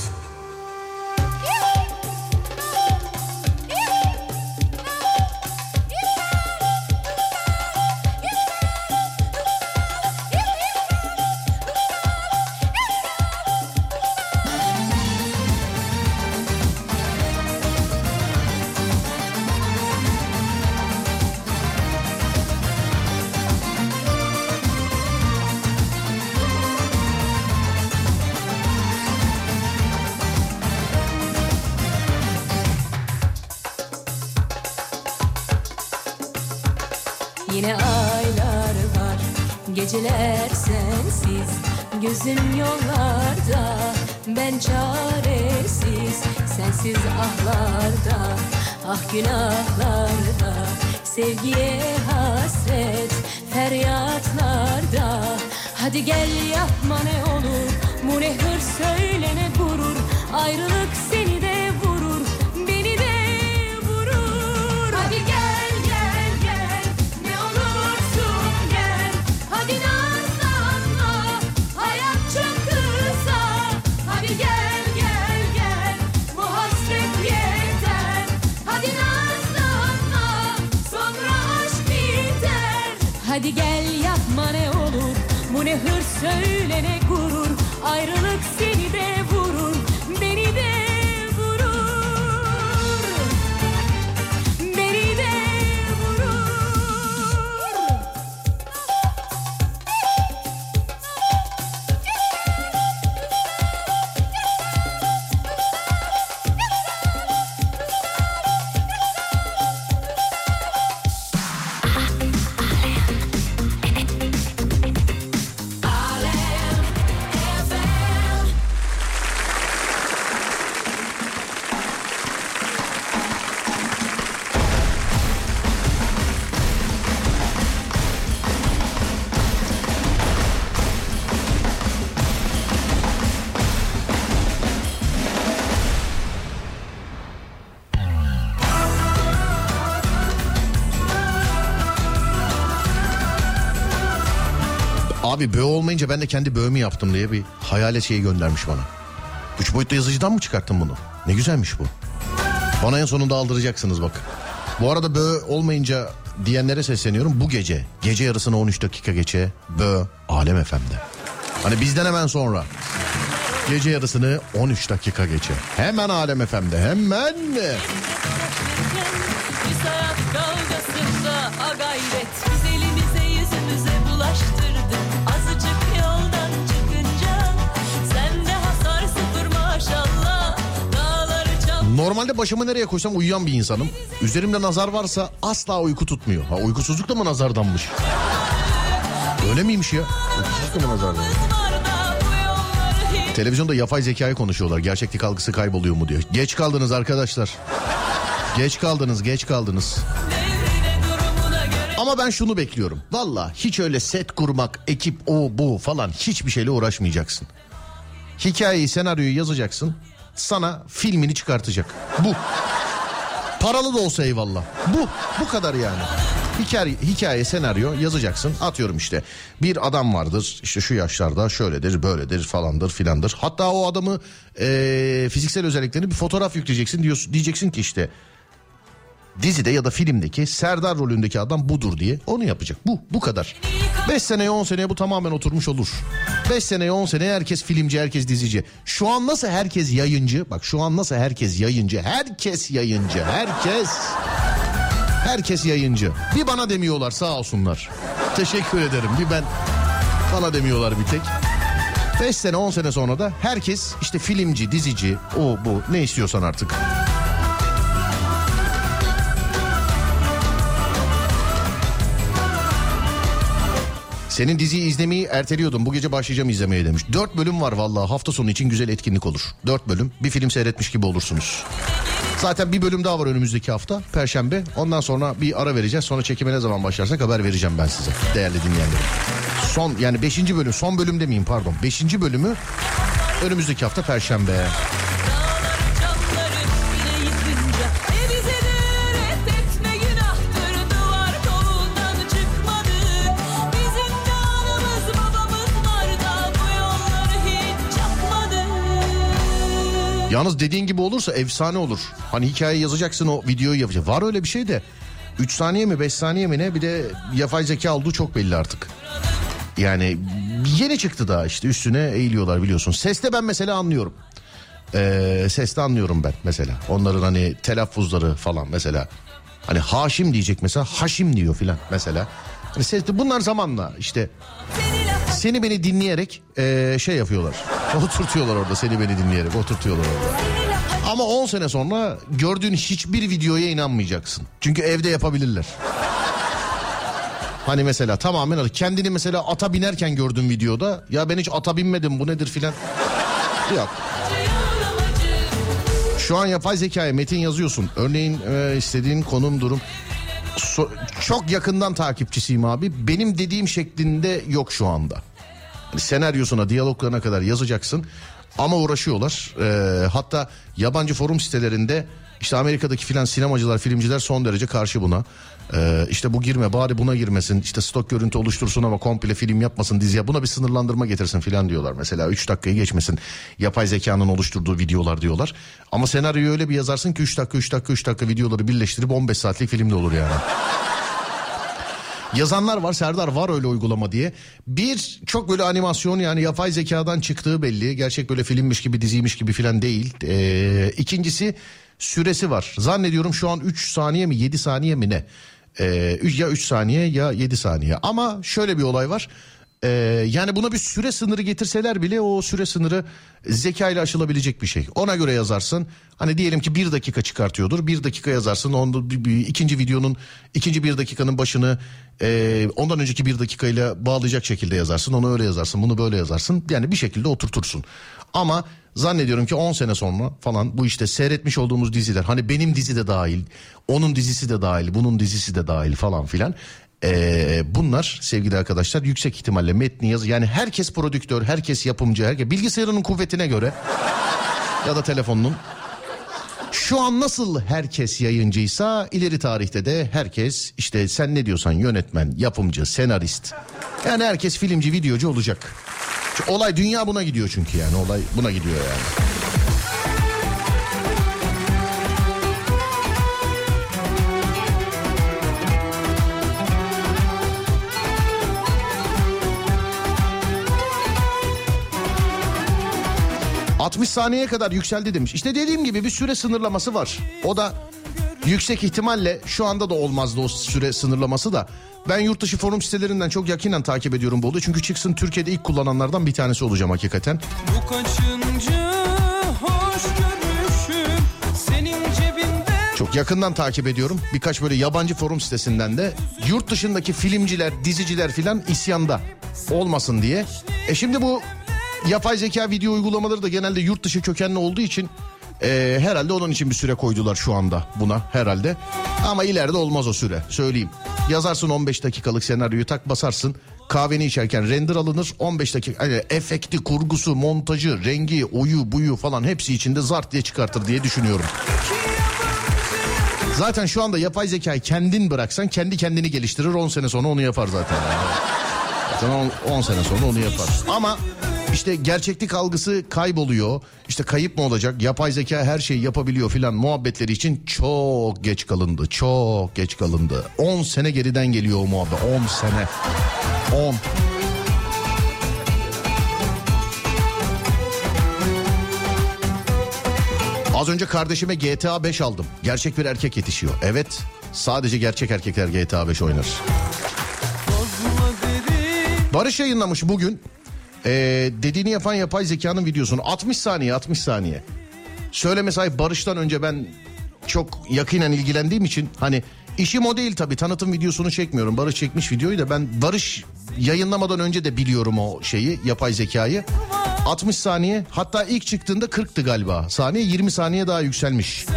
Yine aylar var, geceler sensiz, gözüm yollarda, ben çaresiz, sensiz ahlarda, ah günahlarda, sevgiye hasret, feryatlarda. Hadi gel yapma ne olur, bu ne hırs söyle ne gurur, ayrılık seni de vurur, beni de vurur. Hadi gel gel gel, ne olursun gel, hadi nazlanma, hayat çok kısa. Hadi gel gel gel, bu hasret yeter, hadi nazlanma, sonra aşk biter. Hadi gel yapma ne olur, bu ne hırs söyle ne gurur, ayrılık seni de vurur, beni de vurur, beni de vurur. Abi böğ olmayınca ben de kendi böğümü yaptım diye bir hayalet şeyi göndermiş bana. Üç boyutlu yazıcıdan mı çıkarttın bunu? Ne güzelmiş bu. Bana en sonunda aldıracaksınız bak. Bu arada böğ olmayınca diyenlere sesleniyorum. Bu gece, gece yarısına on üç dakika geçe böğ Alem F M'de. Hani bizden hemen sonra. Gece yarısını on üç dakika geçe. Hemen Alem F M'de, hemen. Biz hayat kavgasında a gayret, biz elimize yüzümüze bulaştırdık. Azıcık yoldan çıkınca sende hasar sıfır maşallah. Dağları çap... Normalde başımı nereye koysam uyuyan bir insanım. Üzerimde nazar varsa asla uyku tutmuyor. Ha, uykusuzluk da mı nazardanmış? Öyle miymiş ya? Uykusuzluk da mı nazardanmış? Televizyonda yapay zekayı konuşuyorlar. Gerçeklik algısı kayboluyor mu diyor. Geç kaldınız arkadaşlar. Geç kaldınız, geç kaldınız. Ama ben şunu bekliyorum. Valla hiç öyle set kurmak, ekip o bu falan hiçbir şeyle uğraşmayacaksın. Hikayeyi, senaryoyu yazacaksın. Sana filmini çıkartacak. Bu. Paralı da olsa eyvallah. Bu. Bu kadar yani. Hikaye, hikaye, senaryo yazacaksın. Atıyorum işte bir adam vardır. İşte şu yaşlarda şöyledir, böyledir falandır filandır. Hatta o adamı e, fiziksel özelliklerini bir fotoğraf yükleyeceksin. Diyorsun, diyeceksin ki işte dizide ya da filmdeki Serdar rolündeki adam budur diye. Onu yapacak. Bu. Bu kadar. beş seneye on seneye bu tamamen oturmuş olur. beş seneye on seneye herkes filmci, herkes dizici. Şu an nasıl herkes yayıncı? Bak şu an nasıl herkes yayıncı? Herkes yayıncı. Herkes. Herkes yayıncı. Bir bana demiyorlar, sağ olsunlar. Teşekkür ederim. Bir ben, bana demiyorlar bir tek. beş sene on sene sonra da herkes işte filmci, dizici, o bu ne istiyorsan artık. Senin diziyi izlemeyi erteliyordum. Bu gece başlayacağım izlemeye demiş. Dört bölüm var vallahi, hafta sonu için güzel etkinlik olur. Dört bölüm, bir film seyretmiş gibi olursunuz. Zaten bir bölüm daha var önümüzdeki hafta, Perşembe. Ondan sonra bir ara vereceğiz. Sonra çekime ne zaman başlarsak haber vereceğim ben size, değerli dinleyenlerim. Son, yani beşinci bölüm, son bölüm demeyeyim pardon. Beşinci bölümü önümüzdeki hafta Perşembe. Yalnız dediğin gibi olursa efsane olur. Hani hikaye yazacaksın, o videoyu yapacaksın. Var öyle bir şey de üç saniye mi beş saniye mi ne, bir de yapay zeka olduğu çok belli artık. Yani yeni çıktı daha, işte üstüne eğiliyorlar biliyorsun. Seste ben mesela anlıyorum. Ee, seste anlıyorum ben mesela. Onların hani telaffuzları falan mesela. Hani Haşim diyecek mesela, Haşim diyor filan mesela. Hani seste bunlar zamanla işte seni beni dinleyerek ee, şey yapıyorlar. Oturtuyorlar orada, seni beni dinleyerek oturtuyorlar orada. Ama on sene sonra gördüğün hiçbir videoya inanmayacaksın. Çünkü evde yapabilirler. Hani mesela tamamen kendini mesela ata binerken gördüğün videoda, ya ben hiç ata binmedim bu nedir filan. Yok. Şu an yapay zekaya metin yazıyorsun. Örneğin e, istediğin konum, durum. So- çok yakından takipçisiyim abi. Benim dediğim şeklinde yok şu anda. Yani senaryosuna, diyaloglarına kadar yazacaksın. Ama uğraşıyorlar. Ee, hatta yabancı forum sitelerinde işte Amerika'daki filan sinemacılar, filmciler son derece karşı buna. Ee, işte bu girme, bari buna girmesin. İşte stok görüntü oluştursun ama komple film yapmasın diziye. Buna bir sınırlandırma getirsin filan diyorlar. Mesela üç dakikayı geçmesin yapay zekanın oluşturduğu videolar diyorlar. Ama senaryoyu öyle bir yazarsın ki üç dakika üç dakika üç dakika videoları birleştirip on beş saatlik film de olur yani. Yazanlar var, Serdar var öyle uygulama diye. Bir, çok böyle animasyon, yani yapay zekadan çıktığı belli. Gerçek böyle filmmiş gibi, diziymiş gibi filan değil. Ee, ikincisi süresi var. Zannediyorum şu an üç saniye mi yedi saniye mi ne? Ee, ya üç saniye ya yedi saniye. Ama şöyle bir olay var. Ee, yani buna bir süre sınırı getirseler bile o süre sınırı zeka ile aşılabilecek bir şey. Ona göre yazarsın. Hani diyelim ki bir dakika çıkartıyordur. Bir dakika yazarsın. Onda bir, bir, ikinci videonun ikinci bir dakikanın başını e, ondan önceki bir dakikayla bağlayacak şekilde yazarsın. Onu öyle yazarsın. Bunu böyle yazarsın. Yani bir şekilde oturtursun. Ama zannediyorum ki on sene sonra falan bu işte seyretmiş olduğumuz diziler, hani benim dizi de dahil, onun dizisi de dahil, bunun dizisi de dahil falan filan. Ee, bunlar sevgili arkadaşlar yüksek ihtimalle metni yaz, yani herkes prodüktör, herkes yapımcı, herkes bilgisayarının kuvvetine göre ya da telefonunun. Şu an nasıl herkes yayıncıysa ileri tarihte de herkes işte sen ne diyorsan yönetmen, yapımcı, senarist. Yani herkes filmci, videocu olacak. Çünkü olay, dünya buna gidiyor çünkü, yani olay buna gidiyor yani. altmış saniyeye kadar yükseldi demiş. İşte dediğim gibi bir süre sınırlaması var. O da yüksek ihtimalle şu anda da olmazdı o süre sınırlaması da. Ben yurt dışı forum sitelerinden çok yakinen takip ediyorum bu olayı. Çünkü çıksın Türkiye'de ilk kullananlardan bir tanesi olacağım hakikaten. Bu kaçıncı hoş görüşüm senin cebinde. Çok yakından takip ediyorum. Birkaç böyle yabancı forum sitesinden de yurt dışındaki filmciler, diziciler filan isyanda olmasın diye. E şimdi bu yapay zeka video uygulamaları da genelde yurt dışı kökenli olduğu için e, herhalde onun için bir süre koydular şu anda buna herhalde. Ama ileride olmaz o süre, söyleyeyim. Yazarsın on beş dakikalık senaryoyu, tak basarsın. Kahveni içerken render alınır, on beş dakika yani efekti, kurgusu, montajı, rengi, oyu, buyu falan hepsi içinde zart diye çıkartır diye düşünüyorum. Zaten şu anda yapay zekayı kendin bıraksan kendi kendini geliştirir, on sene sonra onu yapar zaten. Zaten on sene sonra onu yapar. Ama İşte gerçeklik algısı kayboluyor. İşte kayıp mı olacak? Yapay zeka her şeyi yapabiliyor filan muhabbetleri için çok geç kalındı. Çok geç kalındı. on sene geriden geliyor o muhabbet. on sene. on. Az önce kardeşime G T A beş aldım. Gerçek bir erkek yetişiyor. Evet. Sadece gerçek erkekler G T A beş oynar. Barış yayınlamış bugün. Ee, dediğini yapan yapay zekanın videosunu. altmış saniye altmış saniye. Söyleme sahip Barış'tan önce ben çok yakinen ilgilendiğim için hani işim o değil tabii, tanıtım videosunu çekmiyorum. Barış çekmiş videoyu da ben Barış yayınlamadan önce de biliyorum o şeyi, yapay zekayı. altmış saniye, hatta ilk çıktığında kırktı galiba saniye, yirmi saniye daha yükselmiş.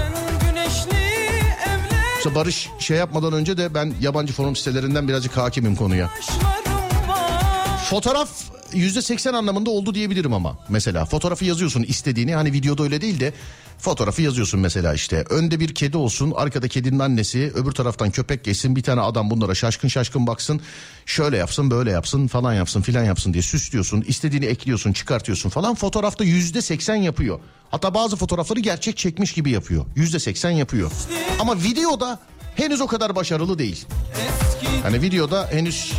İşte Barış şey yapmadan önce de ben yabancı forum sitelerinden birazcık hakimim konuya. Fotoğraf yüzde seksen anlamında oldu diyebilirim ama mesela fotoğrafı yazıyorsun istediğini, hani videoda öyle değil de fotoğrafı yazıyorsun mesela, işte önde bir kedi olsun, arkada kedinin annesi, öbür taraftan köpek geçsin, bir tane adam bunlara şaşkın şaşkın baksın, şöyle yapsın böyle yapsın falan yapsın filan yapsın diye süslüyorsun, istediğini ekliyorsun çıkartıyorsun falan. Fotoğrafta yüzde seksen yapıyor, hatta bazı fotoğrafları gerçek çekmiş gibi yapıyor, yüzde seksen yapıyor. Ama videoda henüz o kadar başarılı değil, hani videoda henüz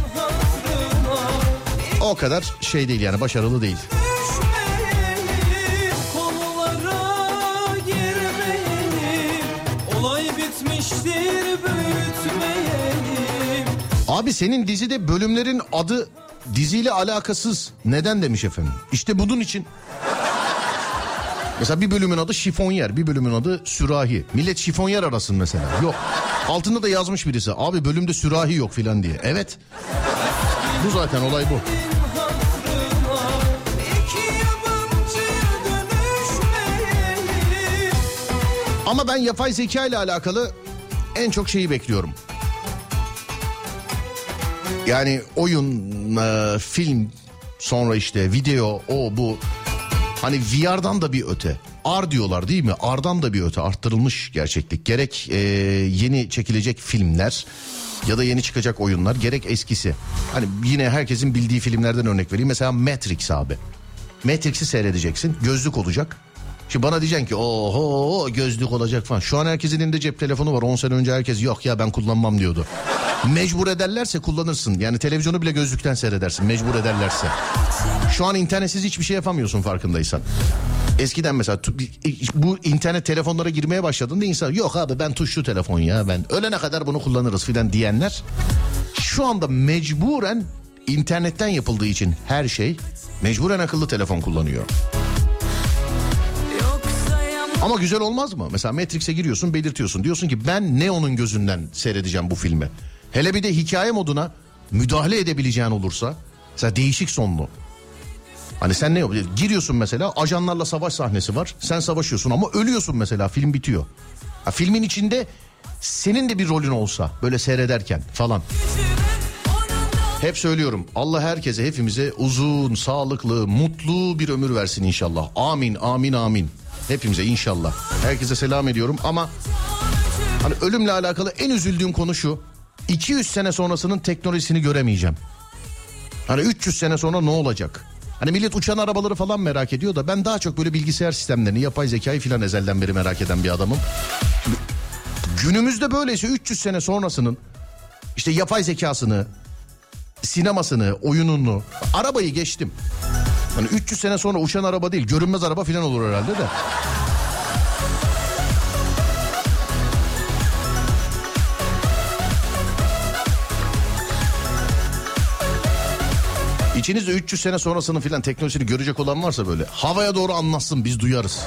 o kadar şey değil yani, başarılı değil. Abi senin dizide bölümlerin adı diziyle alakasız. Neden demiş efendim. İşte bunun için. Mesela bir bölümün adı şifonyer, bir bölümün adı sürahi. Millet şifonyer arasın mesela. Yok. Altında da yazmış birisi. Abi bölümde sürahi yok filan diye. Evet. Bu zaten olay bu. Ama ben yapay zeka ile alakalı en çok şeyi bekliyorum. Yani oyun, e, film, sonra işte video, o bu. Hani V R'dan da bir öte. R diyorlar değil mi? R'dan da bir öte, arttırılmış gerçeklik. Gerek e, yeni çekilecek filmler ya da yeni çıkacak oyunlar, gerek eskisi. Hani yine herkesin bildiği filmlerden örnek vereyim. Mesela Matrix abi. Matrix'i seyredeceksin, gözlük olacak. Şimdi bana diyeceksin ki oho gözlük olacak falan. Şu an herkesin elinde cep telefonu var. on sene önce herkes yok ya ben kullanmam diyordu. Mecbur ederlerse kullanırsın. Yani televizyonu bile gözlükten seyredersin mecbur ederlerse. Şu an internetsiz hiçbir şey yapamıyorsun farkındaysan. Eskiden mesela bu internet telefonlara girmeye başladığında insan yok abi ben tuşlu telefon ya, ben ölene kadar bunu kullanırız filan diyenler. Şu anda mecburen internetten yapıldığı için her şey, mecburen akıllı telefon kullanıyor. Ama güzel olmaz mı? Mesela Matrix'e giriyorsun, belirtiyorsun. Diyorsun ki ben Neo'nun gözünden seyredeceğim bu filmi. Hele bir de hikaye moduna müdahale edebileceğin olursa. Mesela değişik sonlu. Hani sen ne yapıyorsun? Giriyorsun mesela, ajanlarla savaş sahnesi var. Sen savaşıyorsun ama ölüyorsun mesela, film bitiyor. Ha, filmin içinde senin de bir rolün olsa böyle seyrederken falan. Hep söylüyorum, Allah herkese, hepimize uzun, sağlıklı, mutlu bir ömür versin inşallah. Amin, amin, amin. Hepimize inşallah. Herkese selam ediyorum ama hani ölümle alakalı en üzüldüğüm konu şu. iki yüz sene sonrasının teknolojisini göremeyeceğim. Hani üç yüz sene sonra ne olacak? Hani millet uçan arabaları falan merak ediyor da ben daha çok böyle bilgisayar sistemlerini, yapay zekayı filan ezelden beri merak eden bir adamım. Şimdi, günümüzde böyleyse üç yüz sene sonrasının işte yapay zekasını, sinemasını, oyununu, arabayı geçtim. Hani üç yüz sene sonra uçan araba değil, görünmez araba filan olur herhalde de. İçinizde üç yüz sene sonrasının filan teknolojisini görecek olan varsa böyle havaya doğru anlatsın, biz duyarız.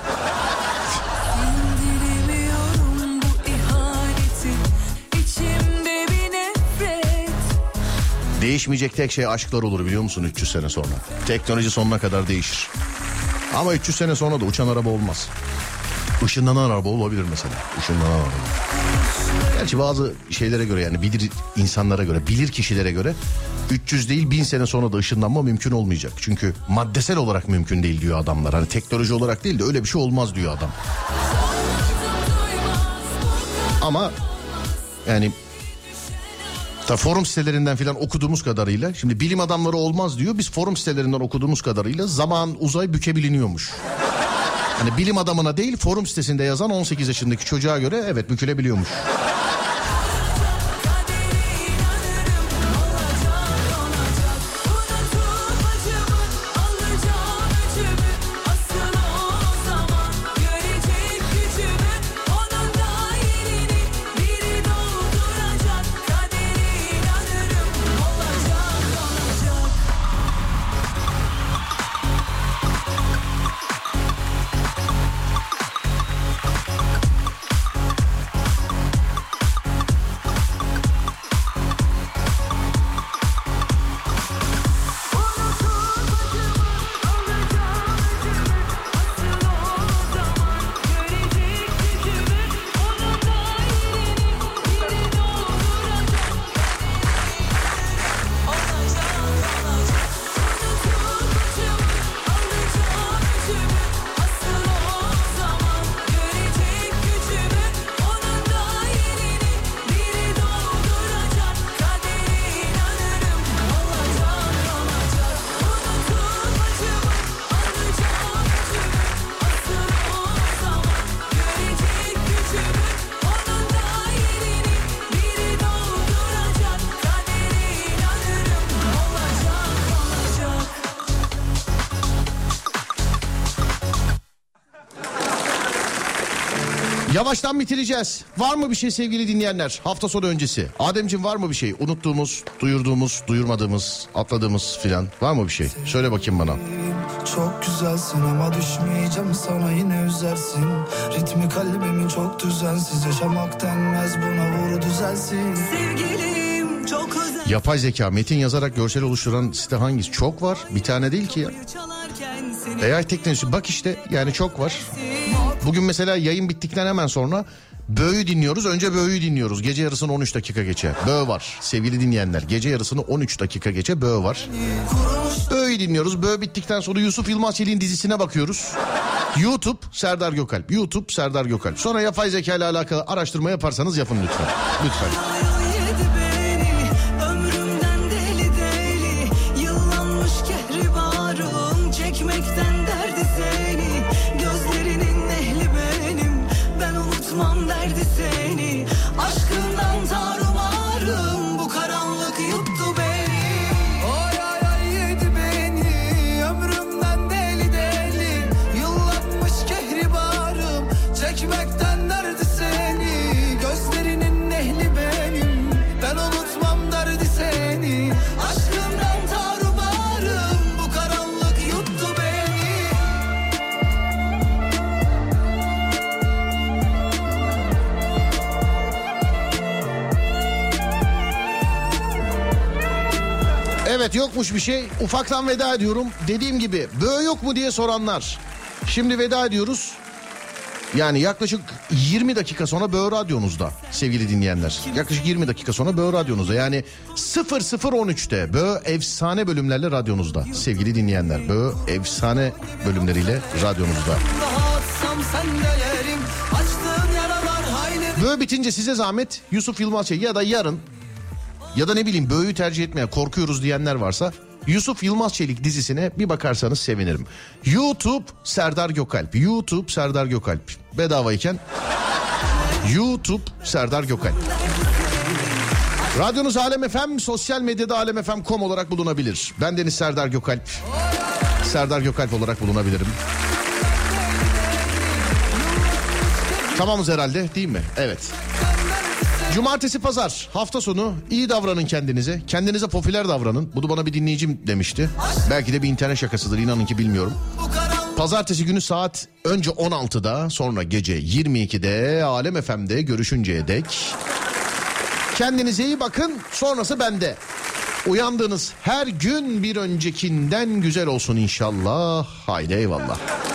Değişmeyecek tek şey aşklar olur biliyor musun üç yüz sene sonra? Teknoloji sonuna kadar değişir. Ama üç yüz sene sonra da uçan araba olmaz. Işınlanan araba olabilir mesela. Işınlanan araba. Gerçi bazı şeylere göre, yani bilir insanlara göre, bilir kişilere göre üç yüz değil bin sene sonra da ışınlanma mümkün olmayacak. Çünkü maddesel olarak mümkün değil diyor adamlar. Hani teknoloji olarak değil de öyle bir şey olmaz diyor adam. Ama yani ta forum sitelerinden filan okuduğumuz kadarıyla, şimdi bilim adamları olmaz diyor, biz forum sitelerinden okuduğumuz kadarıyla zaman, uzay bükebiliniyormuş. Hani bilim adamına değil, forum sitesinde yazan on sekiz yaşındaki çocuğa göre evet bükülebiliyormuş. Yavaştan bitireceğiz. Var mı bir şey sevgili dinleyenler? Hafta sonu öncesi. Ademciğim var mı bir şey? Unuttuğumuz, duyurduğumuz, duyurmadığımız, atladığımız filan. Var mı bir şey? Söyle bakayım bana. Çok güzelsin ama düşmeyeceğim sana, yine üzersin. Ritmi kalbimin çok düzensiz, yaşamak denmez buna, vur düzelsin. Sevgilim çok özel. Yapay zeka metin yazarak görsel oluşturan site hangisi? Çok var. Bir tane değil ki ya. A I teknolojisi bak işte, yani çok var. Bugün mesela yayın bittikten hemen sonra Bö'yü dinliyoruz. Önce Bö'yü dinliyoruz. Gece yarısını on üç dakika geçe. Bö var sevgili dinleyenler. Gece yarısını on üç dakika geçe Bö var. Bö'yü dinliyoruz. Bö bittikten sonra Yusuf Yılmaz Çelik'in dizisine bakıyoruz. YouTube Serdar Gökalp. YouTube Serdar Gökalp. Sonra yapay zeka ile alakalı araştırma yaparsanız yapın lütfen. Lütfen. Çekmekten derdi seni, gözlerinin ehli benim, ben unutmam derdi seni. Aşkından tarumarım, bu karanlık yuttu beni. Oy oy oy yedi beni, ömrümden deli deli, yıllanmış kehribarım, çekmekten derdi seni. Gözlerinin ehli benim, ben unutmam derdi seni. Aşkından tarumarım, bu karanlık yuttu beni. Evet, yokmuş bir şey. Ufaktan veda ediyorum. Dediğim gibi Bö yok mu diye soranlar. Şimdi veda ediyoruz. Yani yaklaşık yirmi dakika sonra Bö radyonuzda sevgili dinleyenler. Yaklaşık yirmi dakika sonra Bö radyonuzda. Yani sıfır sıfır on üçte Bö efsane bölümlerle radyonuzda sevgili dinleyenler. Bö efsane bölümleriyle radyonuzda. Bö bitince size zahmet Yusuf Yılmaz Çelik ya da yarın ya da ne bileyim Bö'yü tercih etmeye korkuyoruz diyenler varsa Yusuf Yılmaz Çelik dizisine bir bakarsanız sevinirim. YouTube Serdar Gökalp. YouTube Serdar Gökalp. Bedavayken YouTube Serdar Gökalp. Radyonuz Alem F M, sosyal medyada alem f m nokta com olarak bulunabilir. Ben Deniz Serdar Gökalp. Serdar Gökalp olarak bulunabilirim. Tamamız herhalde değil mi? Evet. Cumartesi pazar hafta sonu iyi davranın kendinize. Kendinize popüler davranın. Bunu bana bir dinleyicim demişti. Belki de bir internet şakasıdır, inanın ki bilmiyorum. Pazartesi günü saat önce on altıda sonra gece yirmi ikide Alem F M'de görüşünceye dek. Kendinize iyi bakın, sonrası bende. Uyandığınız her gün bir öncekinden güzel olsun inşallah. Haydi eyvallah.